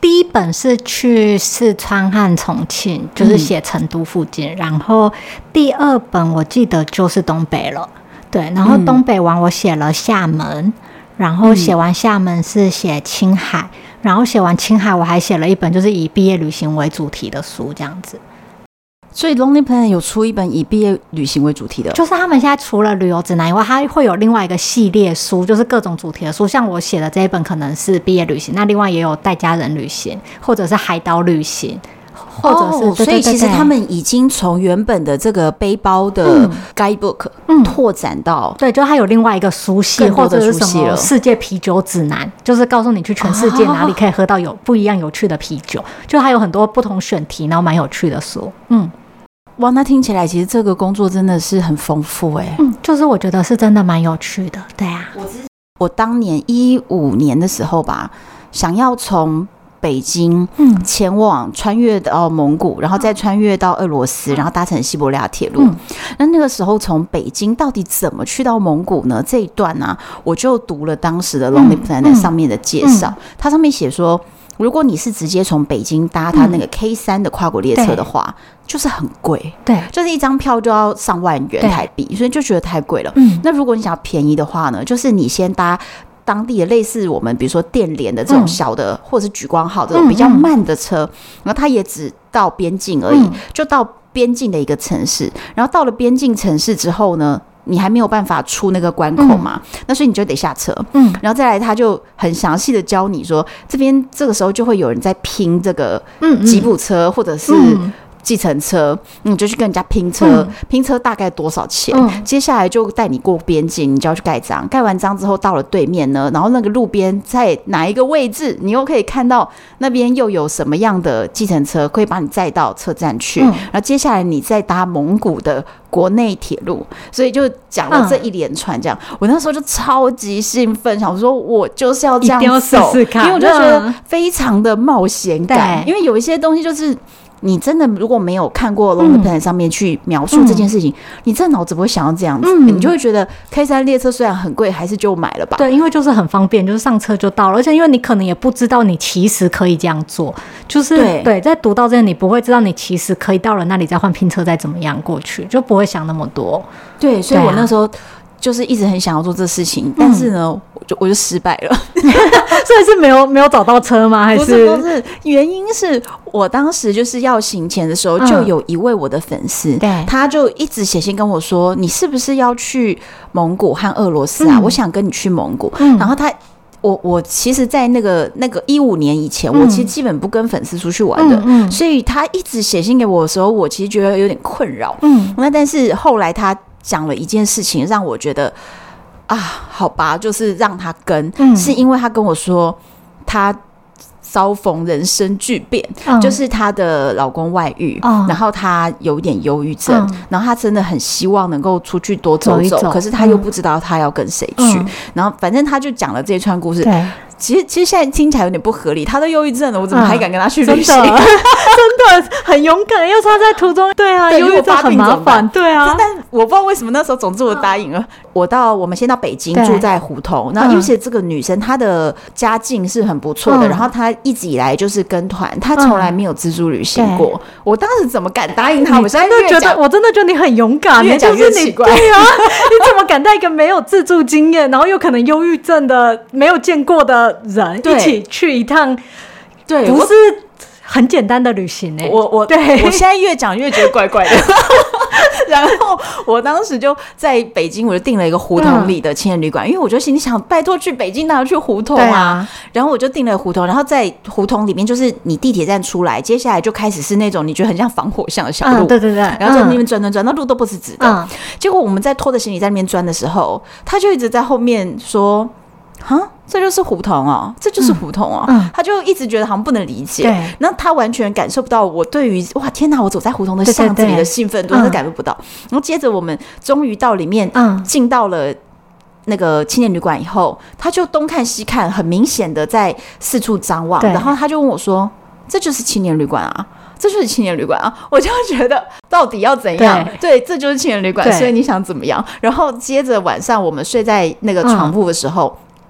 第一本是去四川和重庆，就是写成都附近，然后第二本我记得就是东北了，对，然后东北完我写了厦门，然后写完厦门是写青海，然后写完青海我还写了一本就是以毕业旅行为主题的书，这样子。 所以 Lonely Planet 有出一本以毕业旅行为主题的， 就是他们现在除了旅游指南以外，它会有另外一个系列书，就是各种主题的书。像我写的这一本可能是毕业旅行，那另外也有带家人旅行，或者是海岛旅行，或者是、对， 所以其实他们已经从原本的这个背包的 guidebook 拓展到对，就它有另外一个书系，或者是什么世界啤酒指南，就是告诉你去全世界哪里可以喝到有不一样有趣的啤酒，就它有很多不同选题，然后蛮有趣的书。 哇，那听起来其实这个工作真的是很丰富就是我觉得是真的蛮有趣的。对啊， 我当年15年的时候吧，想要从北京前往穿越到蒙古，然后再穿越到俄罗斯，然后搭乘西伯利亚铁路。那个时候从北京到底怎么去到蒙古呢？这一段呢，我就读了当时的 Lonely Planet 上面的介绍，它上面写说，如果你是直接从北京搭它那个 K3 的跨国列车的话，就是很贵， 对， 就是一张票就要上万元台币，所以就觉得太贵了。那如果你想要便宜的话呢，就是你先搭当地的类似我们比如说电联的这种小的，或者是莒光号这种比较慢的车，然后它也只到边境而已，就到边境的一个城市，然后到了边境城市之后呢，你还没有办法出那个关口嘛，那所以你就得下车，然后再来他就很详细的教你说，这边这个时候就会有人在拼这个吉普车或者是计程车，你就去跟人家拼车，拼车大概多少钱？接下来就带你过边境，你就要去盖章，盖完章之后到了对面呢，然后那个路边在哪一个位置，你又可以看到那边又有什么样的计程车可以把你载到车站去，然后接下来你再搭蒙古的国内铁路，所以就讲了这一连串这样。我那时候就超级兴奋，想说我就是要这样走， 试试看， 因为我就觉得非常的冒险感，因为有一些东西就是你真的如果没有看过 Lonely Planet 上面去描述这件事情，你真的脑子不会想要这样子，你就会觉得 K3 列车虽然很贵，还是就买了吧。 对，因为就是很方便，就是上车就到了，而且因为你可能也不知道你其实可以这样做，就是对，在读到这里你不会知道你其实可以到了那里再换拼车再怎么样过去，就不会想那么多。 对，所以我那时候就是一直很想要做这事情，但是呢，我就失败了。 所以是没有找到车吗？还是不是？原因是我当时就是要行前的时候，就有一位我的粉丝，他就一直写信跟我说：“你是不是要去蒙古和俄罗斯啊？我想跟你去蒙古。”然后我其实，在那个15年以前，我其实基本不跟粉丝出去玩的，所以他一直写信给我的时候，我其实觉得有点困扰。那但是后来他讲了一件事情，让我觉得啊，好吧，就是让他跟，是因为他跟我说他遭逢人生巨变，就是她的老公外遇，然后她有点忧郁症，然后她真的很希望能够出去多走走，可是她又不知道她要跟谁去，然后反正她就讲了这一串故事。其实现在听起来有点不合理，他都忧郁症了，我怎么还敢跟他去旅行？真的很勇敢，要是他在途中，对啊，忧郁症很麻烦，对啊。 但我不知道为什么那时候，总之我答应了。我们先到北京，住在胡同，然后因为这个女生她的家境是很不错的，然后她一直以来就是跟团，她从来没有自助旅行过。我当时怎么敢答应她？我现在我真的觉得你很勇敢， 越讲越奇怪。 对啊，你怎么敢带一个没有自助经验，然后又可能忧郁症的、没有见过的人一起去一趟？对，不是很简单的旅行欸。 我现在越讲越觉得怪怪的。然后我当时就在北京，我就订了一个胡同里的青年旅馆，因为我就心里想，拜托去北京哪有去胡同啊？然后我就订了胡同，然后在胡同里面，就是你地铁站出来，接下来就开始是那种你觉得很像防火巷的小路， 对， 然后在那边转，那路都不是直的。结果我们在拖着行李在那边钻的时候，他就一直在后面说：“哈，这就是胡同哦，这就是胡同哦。他就一直觉得好像不能理解，然后他完全感受不到我对于哇天哪，我走在胡同的巷子里的兴奋度，他感受不到。然后接着我们终于到里面，进到了那个青年旅馆以后，他就东看西看，很明显的在四处张望，然后他就问我说：“这就是青年旅馆啊？”这就是青年旅馆啊！我就觉得到底要怎样？对，这就是青年旅馆，所以你想怎么样？然后接着晚上我们睡在那个床铺的时候。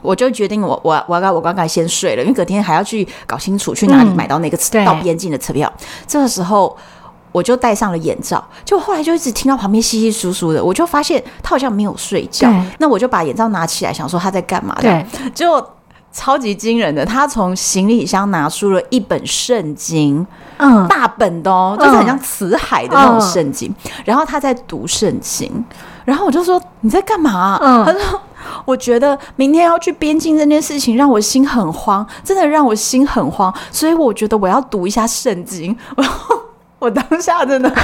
我就决定我刚才先睡了，因为隔天还要去搞清楚去哪里买到那个到边境的车票。这个时候我就戴上了眼罩，就后来就一直听到旁边稀稀疏疏的，我就发现他好像没有睡觉。那我就把眼罩拿起来，想说他在干嘛的，结果超级惊人的，他从行李箱拿出了一本圣经，大本的哦，就是很像辞海的那种圣经，然后他在读圣经，然后我就说你在干嘛？他说我觉得明天要去边境这件事情让我心很慌，真的让我心很慌，所以我觉得我要读一下圣经。然后我当下真的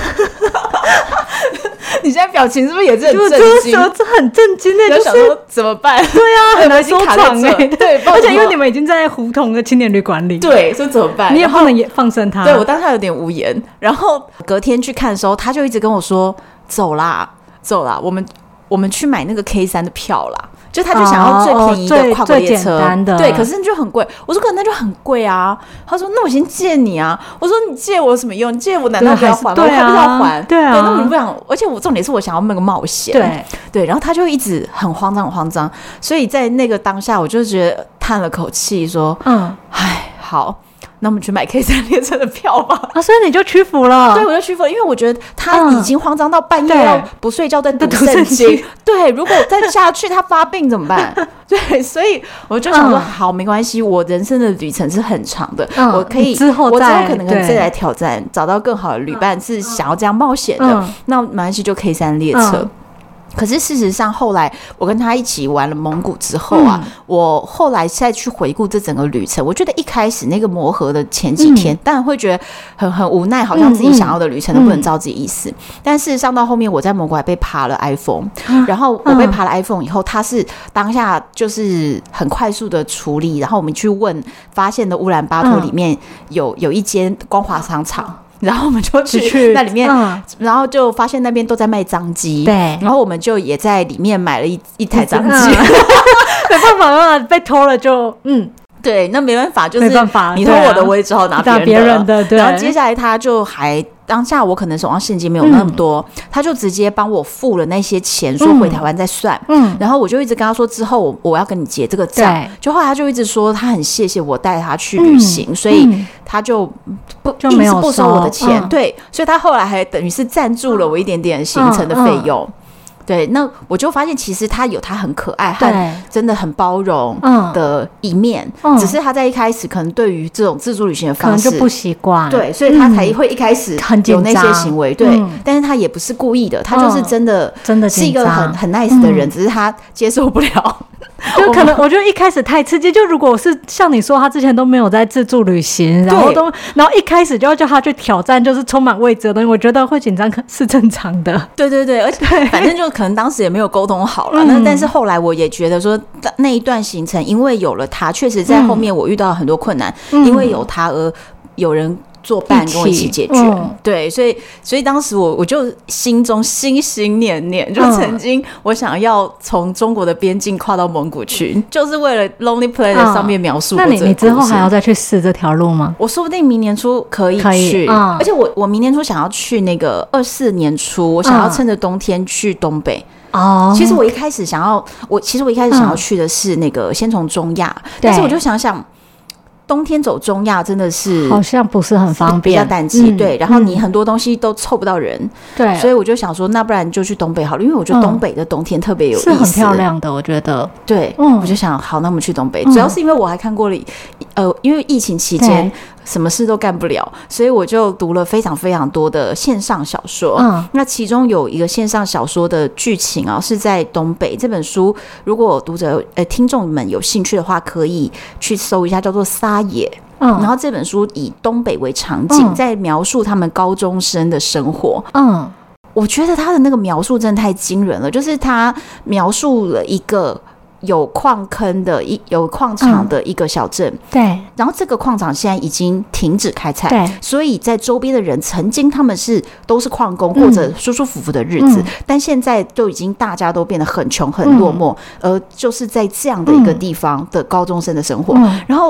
你现在表情是不是也是很震惊？ 这很震惊的， 就想说怎么办？ 对啊，很难收场哎。 对， 而且因为你们已经在胡同的青年旅馆里， 对，说怎么办？ 你也不能放生他。 对，我当下有点无言。然后隔天去看的时候，他就一直跟我说：“走啦，我们去买那个 K3 的票啦。”就他就想要最便宜的跨国列车，对，可是就很贵。我说可能那就很贵啊。他说那我先借你啊。我说你借我有什么用？你借我难道不要还吗？我还不要还。 对啊， 那我不想，而且我重点是我想要那个冒险。对，然后他就一直很慌张，所以在那个当下，我就觉得叹了口气，说，唉，好。那我们去买 K3 列车的票吧。 所以你就屈服了。 对，我就屈服了，因为我觉得他已经慌张到半夜要不睡觉在读圣经。对，如果再下去他发病怎么办？对，所以我就想说，好，没关系，我人生的旅程是很长的，我可以之后可能再来挑战，找到更好的旅伴是想要这样冒险的，那没关系，就 K3 列车。可是事实上，后来我跟他一起玩了蒙古之后啊，我后来再去回顾这整个旅程，我觉得一开始那个磨合的前几天，当然会觉得很无奈，好像自己想要的旅程都不能照自己意思。但事实上到后面，我在蒙古还被扒了 iPhone，然后我被扒了 iPhone 以后，他是当下就是很快速的处理，然后我们去问，发现的乌兰巴托里面有一间光华商场。然后我们就去那里面，然后就发现那边都在卖张机， 对， 然后我们就也在里面买了一台张机， 没办法，被偷了就对，那没办法，就是没办法， 你偷我的，我也只好拿别人的， 对。 然后接下来他就还当下我可能手上现金没有那么多，他就直接帮我付了那些钱，说回台湾再算。然后我就一直跟他说，之后我要跟你结这个账。就后来他就一直说他很谢谢我带他去旅行，所以他就没有不收我的钱。对，所以他后来还等于是赞助了我一点点行程的费用。对，那我就发现其实他有他很可爱和真的很包容的一面，只是他在一开始可能对于这种自助旅行的方式可能就不习惯， 对，所以他才会一开始有那些行为，对，但是他也不是故意的，他就是真的是一个很 nice 的人，只是他接受不了。 就可能我觉得一开始太刺激，就如果是像你说他之前都没有在自助旅行，然后一开始就要叫他去挑战就是充满未知的东西，我觉得会紧张是正常的。 对，而且反正就可能当时也没有沟通好了，但是后来我也觉得说那一段行程因为有了他，确实在后面我遇到很多困难，因为有他而有人作伴跟我一起解决，对，所以当时我就心中心心念念，就曾经我想要从中国的边境跨到蒙古去，就是为了 Lonely Planet 上面描述过这个故事。 那你之后还要再去试这条路吗？ 我说不定明年初可以去，而且我明年初想要去那个24年初，我想要趁着冬天去东北。其实我一开始想要去的是那个先从中亚，但是我就想想。冬天走中亚真的是好像不是很方便， 比较淡季，对，然后你很多东西都凑不到人， 对， 所以我就想说，那不然就去东北好了，因为我觉得东北的冬天特别有意思， 是很漂亮的，我觉得， 对，我就想好，那我们去东北，主要是因为我还看过了，因为疫情期间什么事都干不了，所以我就读了非常非常多的线上小说，那其中有一个线上小说的剧情啊，是在东北。这本书如果读者听众们有兴趣的话，可以去搜一下，叫做撒野。然后这本书以东北为场景，在描述他们高中生的生活。我觉得他的那个描述真的太惊人了，就是他描述了一个有矿坑的有矿场的一个小镇， 对， 然后这个矿场现在已经停止开采， 对， 所以在周边的人曾经他们都是矿工，过着舒舒服服的日子，但现在都已经大家都变得很穷很落寞，就是在这样的一个地方的高中生的生活，然后他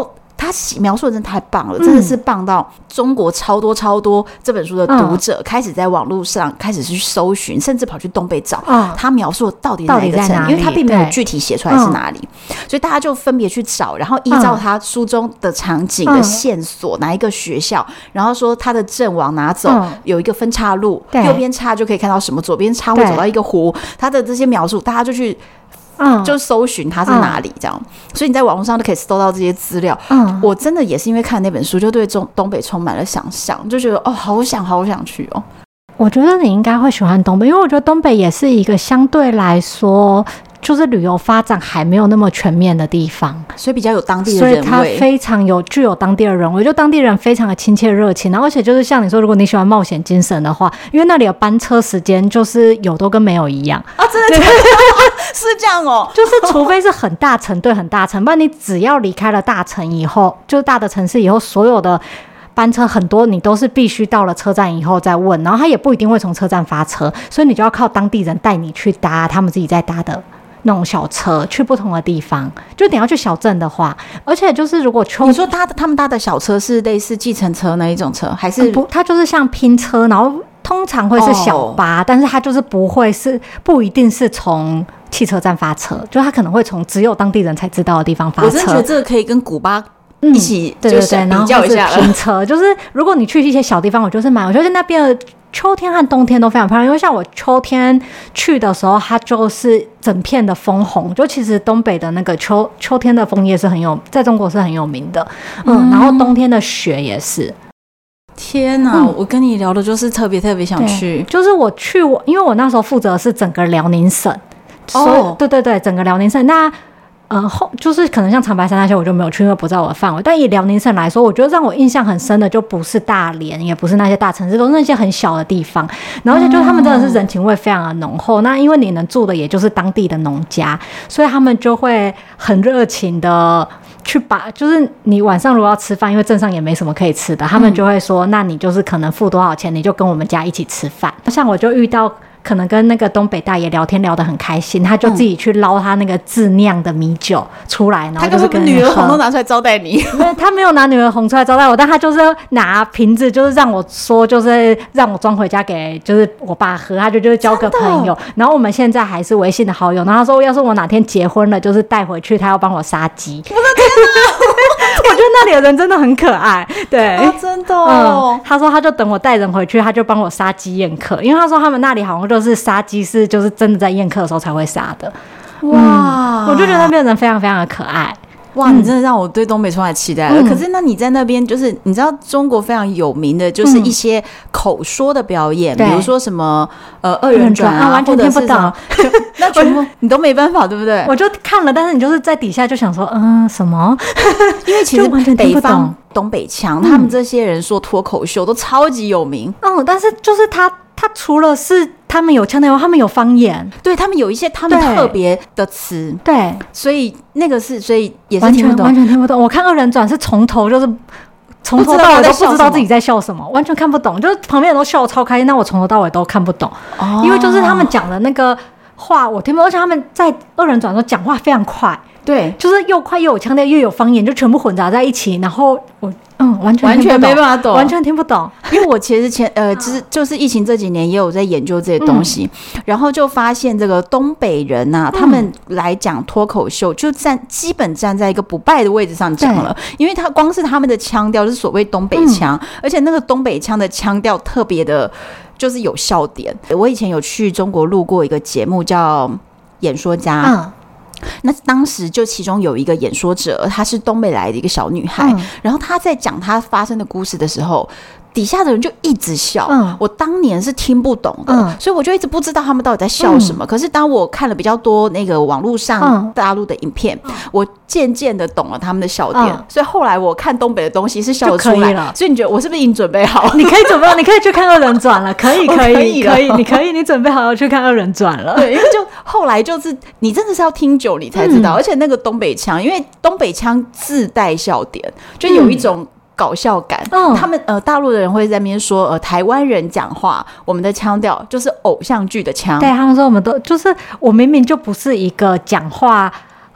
他描述的真的太棒了，真的是棒到中国超多这本书的读者开始在网络上开始去搜寻，甚至跑去东北找他描述的到底是哪一个城，因为他并没有具体写出来是哪里，所以大家就分别去找，然后依照他书中的场景的线索，哪一个学校，然后说他的镇往哪走，有一个分岔路，右边岔就可以看到什么，左边岔会走到一个湖，他的这些描述大家就去就搜寻它是哪里这样，所以你在网络上就可以搜到这些资料。我真的也是因为看那本书，就对东北充满了想象，就觉得好想去哦。 我觉得你应该会喜欢东北，因为我觉得东北也是一个相对来说就是旅游发展还没有那么全面的地方， 所以比较有当地的人味， 所以它非常具有当地的人味，就当地人非常的亲切热情，然后而且就是像你说，如果你喜欢冒险精神的话，因为那里的班车时间就是有都跟没有一样啊，真的是这样哦， 就是除非是很大城对很大城，不然你只要离开了大城以后，就是大的城市以后，所有的班车很多你都是必须到了车站以后再问，然后他也不一定会从车站发车，所以你就要靠当地人带你去搭他们自己在搭的那种小车去不同的地方，就你要去小镇的话，而且就是如果你说他们搭的小车是类似计程车那一种车，还是不？它就是像拼车，然后通常会是小巴，但是它就是不一定是从汽车站发车，就它可能会从只有当地人才知道的地方发车。 我真的觉得这个可以跟古巴一起对对对， 比较一下了。 拼车就是如果你去一些小地方，我觉得那边的秋天和冬天都非常漂亮，因为像我秋天去的时候，它就是整片的枫红，就其实东北的那个秋天的枫叶是在中国是很有名的，然后冬天的雪也是。 天哪，我跟你聊的就是特别想去， 就是因为我那时候负责的是整个辽宁省，对对对，整个辽宁省那。就是可能像长白山那些我就没有去，因为不在我的范围。但以辽宁省来说，我觉得让我印象很深的就不是大连，也不是那些大城市，都是那些很小的地方。然后而且就是他们真的是人情味非常的浓厚。那因为你能住的也就是当地的农家，所以他们就会很热情的去就是你晚上如果要吃饭，因为镇上也没什么可以吃的，他们就会说，那你就是可能付多少钱，你就跟我们家一起吃饭。像我就遇到。可能跟那个东北大爷聊天聊得很开心，他就自己去捞他那个自酿的米酒出来，然后就是跟女儿红都拿出来招待你。 他没有拿女儿红出来招待我，但他就是拿瓶子，就是让我说，就是让我装回家给就是我爸喝，他就是交个朋友。然后我们现在还是微信的好友。然后他说，要是我哪天结婚了，就是带回去，他要帮我杀鸡。我的天哪！我觉得那里的人真的很可爱，对， 真的哦。 他说他就等我带人回去，他就帮我杀鸡宴客，因为他说他们那里好像就是杀鸡是就是真的在宴客的时候才会杀的。哇，我就觉得那边的人非常非常的可爱。 哇，你真的让我对东北充满期待了。可是那你在那边就是你知道中国非常有名的就是一些口说的表演，比如说什么二人转啊， 完全听不懂， 那全部你都没办法，对不对？ 我就看了，但是你就是在底下就想说，什么？ 因为其实北方东北腔，他们这些人说脱口秀都超级有名。 但是就是他除了是他们有腔调，他们有方言， 对他们有一些他们特别的词， 对， 所以也是听不懂， 完全听不懂。我看二人转是从头到尾都不知道自己在笑什么，完全看不懂，就是旁边人都笑得超开心，那我从头到尾都看不懂，因为就是他们讲的那个话我听不懂，而且他们在二人转的时候讲话非常快。对，就是又快又有腔调又有方言，就全部混杂在一起，然后我完全没办法懂， 完全听不懂。 因为我其实就是疫情这几年也有在研究这些东西，然后就发现这个东北人啊，他们来讲脱口秀就基本站在一个不败的位置上讲了，因为他光是他们的腔调就是所谓东北腔，而且那个东北腔的腔调特别的，就是有笑点。我以前有去中国录过一个节目叫《演说家》。那当时就其中有一个演说者，她是东北来的一个小女孩，然后她在讲她发生的故事的时候，底下的人就一直笑，我当年是听不懂的，所以我就一直不知道他们到底在笑什么。可是当我看了比较多那个网络上大陆的影片，我渐渐的懂了他们的笑点，所以后来我看东北的东西是笑得出来了。所以你觉得我是不是已经准备好？ 你可以准备好，你可以去看二人转了，可以，你准备好要去看二人转了。 对，因为就后来就是你真的是要听久你才知道，而且那个东北腔，因为东北腔自带笑点，就有一种搞笑感。他们大陆的人会在那边说台湾人讲话，我们的腔调就是偶像剧的腔。 对，他们说我们都就是我明明就不是一个讲话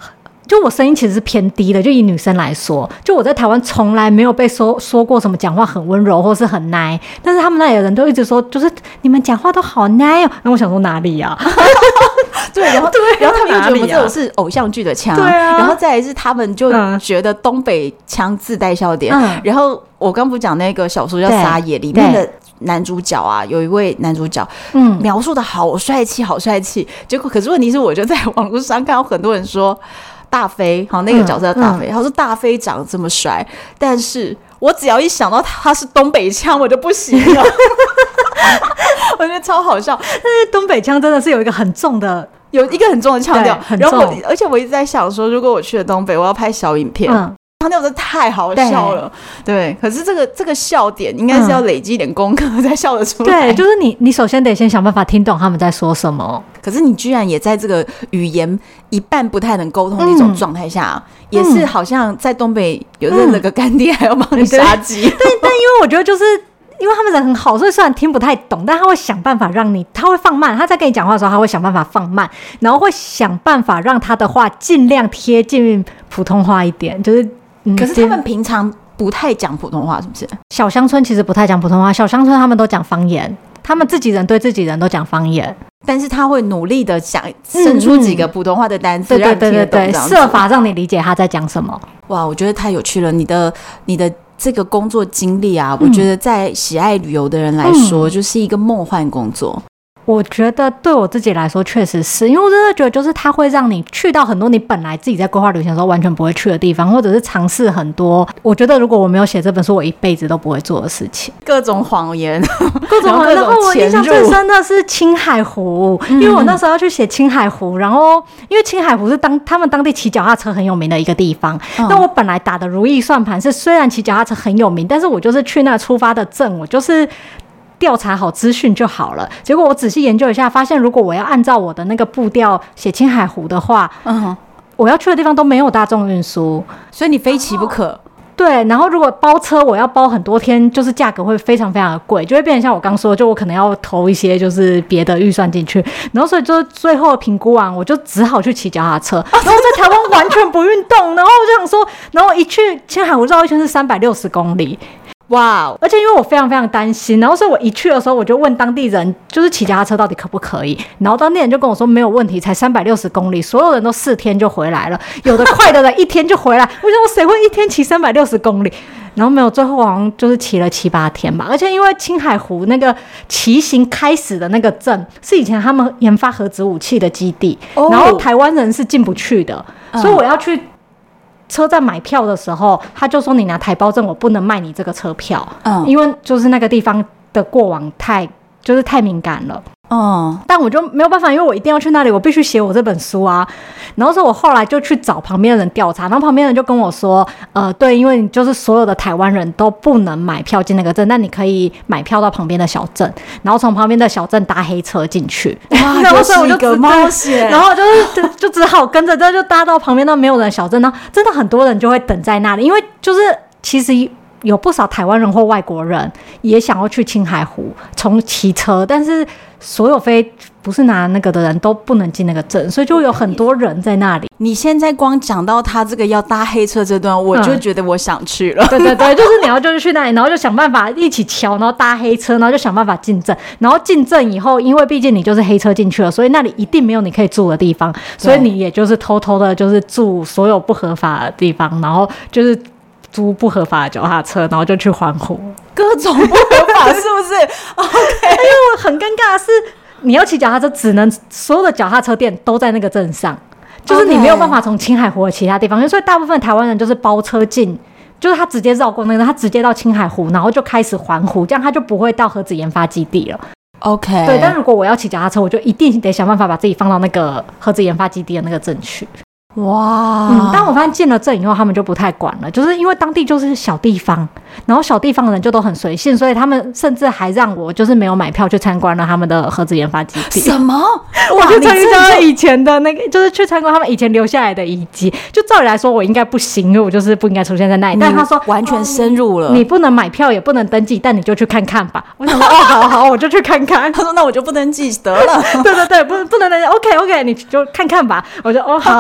就我声音其实是偏低的，就以女生来说，就我在台湾从来没有被说过什么讲话很温柔或是很奶，但是他们那里的人都一直说，就是你们讲话都好奶哦。那我想说哪里啊？ 对，然后他们又觉得我们这种是偶像剧的腔， 对啊， 然后再来是他们就觉得东北腔自带笑点，然后我刚不讲那个小说叫《撒野》里面的男主角啊，有一位男主角，描述的好帅气，好帅气。结果可是问题是，我就在网络上看到很多人说大飞，好，那个角色叫大飞，他说大飞长得这么帅，但是我只要一想到他是东北腔，我就不行了。我觉得超好笑，但是东北腔真的是有一个很重的腔调，然后而且我一直在想说，如果我去了东北，我要拍小影片。腔调真的太好笑了，对。可是这个笑点应该是要累积一点功课才笑得出来。 对，就是你首先得先想办法听懂他们在说什么。 可是你居然也在这个语言一半不太能沟通的一种状态下，也是好像在东北有认了个干爹，还要帮你杀鸡。 但因为我觉得就是。因为他们人很好，所以虽然听不太懂，但他会想办法让你，他会放慢，他在跟你讲话的时候，他会想办法放慢，然后会想办法让他的话尽量贴近普通话一点，就是。 可是他们平常不太讲普通话，是不是？ 小乡村其实不太讲普通话，小乡村他们都讲方言，他们自己人对自己人都讲方言， 但是他会努力的想生出几个普通话的单词，让你听得懂，对， 设法让你理解他在讲什么。 哇，我觉得太有趣了，你的这个工作经历啊，我觉得在喜爱旅游的人来说，就是一个梦幻工作。 我觉得对我自己来说确实是，因为我真的觉得就是它会让你去到很多你本来自己在规划旅行的时候完全不会去的地方，或者是尝试很多我觉得如果我没有写这本书我一辈子都不会做的事情， 各种谎言然后我印象最深的是青海湖，因为我那时候要去写青海湖，然后因为青海湖是他们当地骑脚踏车很有名的一个地方，那我本来打的如意算盘是虽然骑脚踏车很有名，但是我就是去那出发的证，我就是调查好资讯就好了。结果我仔细研究一下，发现如果我要按照我的那个步调写青海湖的话，我要去的地方都没有大众运输， 所以你非骑不可。 对，然后如果包车我要包很多天，就是价格会非常非常的贵，就会变成像我刚说的，就我可能要投一些就是别的预算进去，然后所以就最后评估完我就只好去骑脚踏车，然后在台湾完全不运动，然后我就想说，然后一去青海湖绕一圈是360公里。 哇！ 而且因为我非常非常担心，然后所以我一去的时候我就问当地人，就是骑脚踏车到底可不可以，然后当地人就跟我说没有问题，才360公里，所有人都4天就回来了，有的快的人1天就回来。我想说谁会1天骑360公里？然后没有，最后好像就是骑了7、8天吧。而且因为青海湖那个骑行开始的那个镇是以前他们研发核子武器的基地，然后台湾人是进不去的，所以我要去车站买票的时候，他就说你拿台胞证，我不能卖你这个车票，因为就是那个地方的过往太敏感了。但我就没有办法，因为我一定要去那里，我必须写我这本书啊。然后说我后来就去找旁边的人调查，然后旁边人就跟我说，对，因为你就是所有的台湾人都不能买票进那个镇，但你可以买票到旁边的小镇，然后从旁边的小镇搭黑车进去。 然后所以我就个冒险， 然后就只好跟着这就搭到旁边那没有人的小镇，然后真的很多人就会等在那里，因为就是其实有不少台湾人或外国人也想要去青海湖从骑车，但是所有不是拿那个的人都不能进那个镇，所以就有很多人在那里。 你现在光讲到他这个要搭黑车这段，我就觉得我想去了。 对对对，就是你要就是去那里，然后就想办法一起瞧，然后搭黑车，然后就想办法进镇。然后进镇以后，因为毕竟你就是黑车进去了，所以那里一定没有你可以住的地方，所以你也就是偷偷的，就是住所有不合法的地方，然后就是租不合法的脚踏车，然后就去环湖， 各种不合法，是不是 ？OK， 因为我很尴尬的是，你要骑脚踏车，只能所有的脚踏车店都在那个镇上，就是你没有办法从青海湖的其他地方，所以大部分台湾人就是包车进，就是他直接绕过那个，他直接到青海湖，然后就开始环湖，这样他就不会到核子研发基地了。 OK， 对，但如果我要骑脚踏车，我就一定得想办法把自己放到那个核子研发基地的那个镇去。 哇！ 但我发现进了镇以后，他们就不太管了，就是因为当地就是小地方，然后小地方的人就都很随性，所以他们甚至还让我就是没有买票去参观了他们的核子研发基地。 什么？ 我去参观以前的那个，就是去参观他们以前留下来的遗迹。就照理来说，我应该不行，因为我就是不应该出现在那里。但他说完全深入了， 你不能买票，也不能登记，但你就去看看吧。我想说，好，我就去看看。 他说，那我就不登记得了。 对对对，不能登记。OK， 你就看看吧。我就好，谢谢。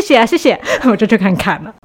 谢啊谢谢，我就去看看了。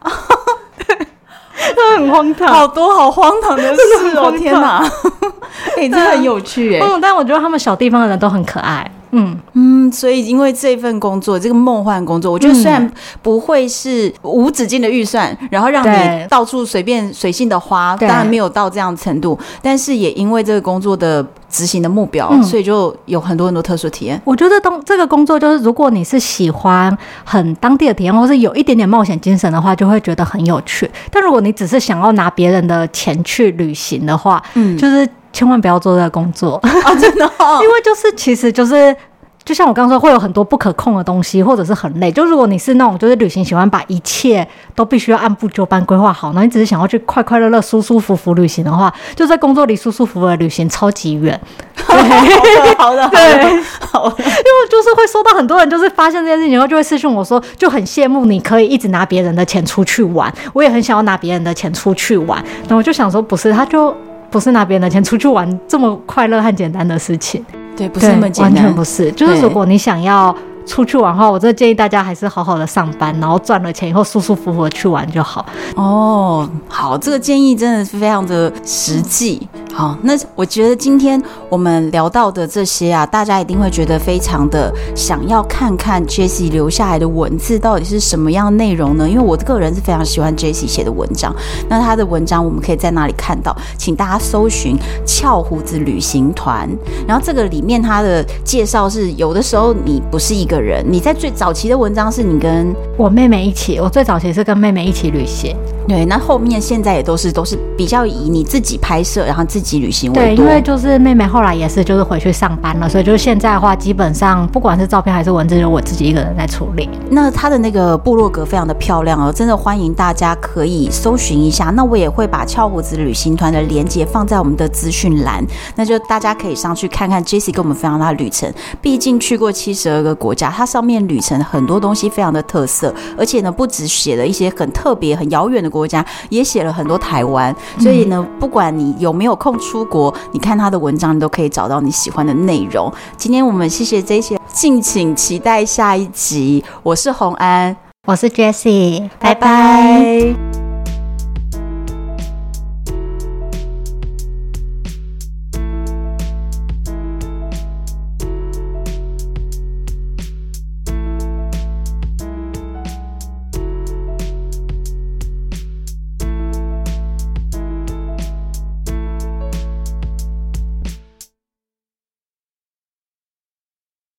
很荒唐， 好多好荒唐的事哦！天哪，哎，这很有趣哎。 但我觉得他们小地方的人都很可爱。 所以因为这份工作，这个梦幻工作，我觉得虽然不会是无止境的预算，然后让你到处随便随性的花，当然没有到这样的程度，但是也因为这个工作的执行的目标，所以就有很多很多特殊体验。 我觉得这个工作就是，如果你是喜欢很当地的体验，或是有一点点冒险精神的话，就会觉得很有趣。但如果你只是想要拿别人的钱去旅行的话，就是千万不要做这个工作啊！真的因为其实就像我刚刚说，会有很多不可控的东西，或者是很累。就如果你是那种就是旅行喜欢把一切都必须要按部就班规划好，然后你只是想要去快快乐乐、舒舒服服旅行的话，就在工作里舒舒服服的旅行超级远。 好的， 对，因为就是会收到很多人就是发现这件事情，然后就会私讯我说，就很羡慕你可以一直拿别人的钱出去玩，我也很想要拿别人的钱出去玩。然后我就想说，不是，他就不是拿别人的钱出去玩这么快乐和简单的事情。 对，不是那么简单， 完全不是。就是如果你想要出去玩的话，我真的建议大家还是好好的上班，然后赚了钱以后舒舒服服的去玩就好。 好，这个建议真的是非常的实际。好，那我觉得今天我们聊到的这些啊，大家一定会觉得非常的想要看看 Jessie 留下来的文字到底是什么样的内容呢？因为我个人是非常喜欢 Jessie 写的文章。那他的文章我们可以在哪里看到？请大家搜寻翘胡子旅行团。然后这个里面他的介绍是，有的时候你不是一个人，你在最早期的文章是你跟我妹妹一起，我最早期是跟妹妹一起旅行。 对，那后面现在也都是比较以你自己拍摄，然后自己旅行为对， 多。 因为就是妹妹后来也是就是回去上班了，所以就是现在的话，基本上不管是照片还是文字，就我自己一个人在处理。 那他的那个部落格非常的漂亮哦，真的欢迎大家可以搜寻一下。那我也会把翘胡子旅行团的连结放在我们的资讯栏，那就大家可以上去看看 Jessie 跟我们分享他的旅程。毕竟去过72个国家，它上面旅程很多东西非常的特色，而且呢，不只写了一些很特别、很遥远的国家，也写了很多台湾。所以呢，不管你有没有空出国，你看他的文章，你都可以找到你喜欢的内容。今天我们谢谢Jessie，敬请期待下一集。我是洪安， 我是 Jessie， 拜拜。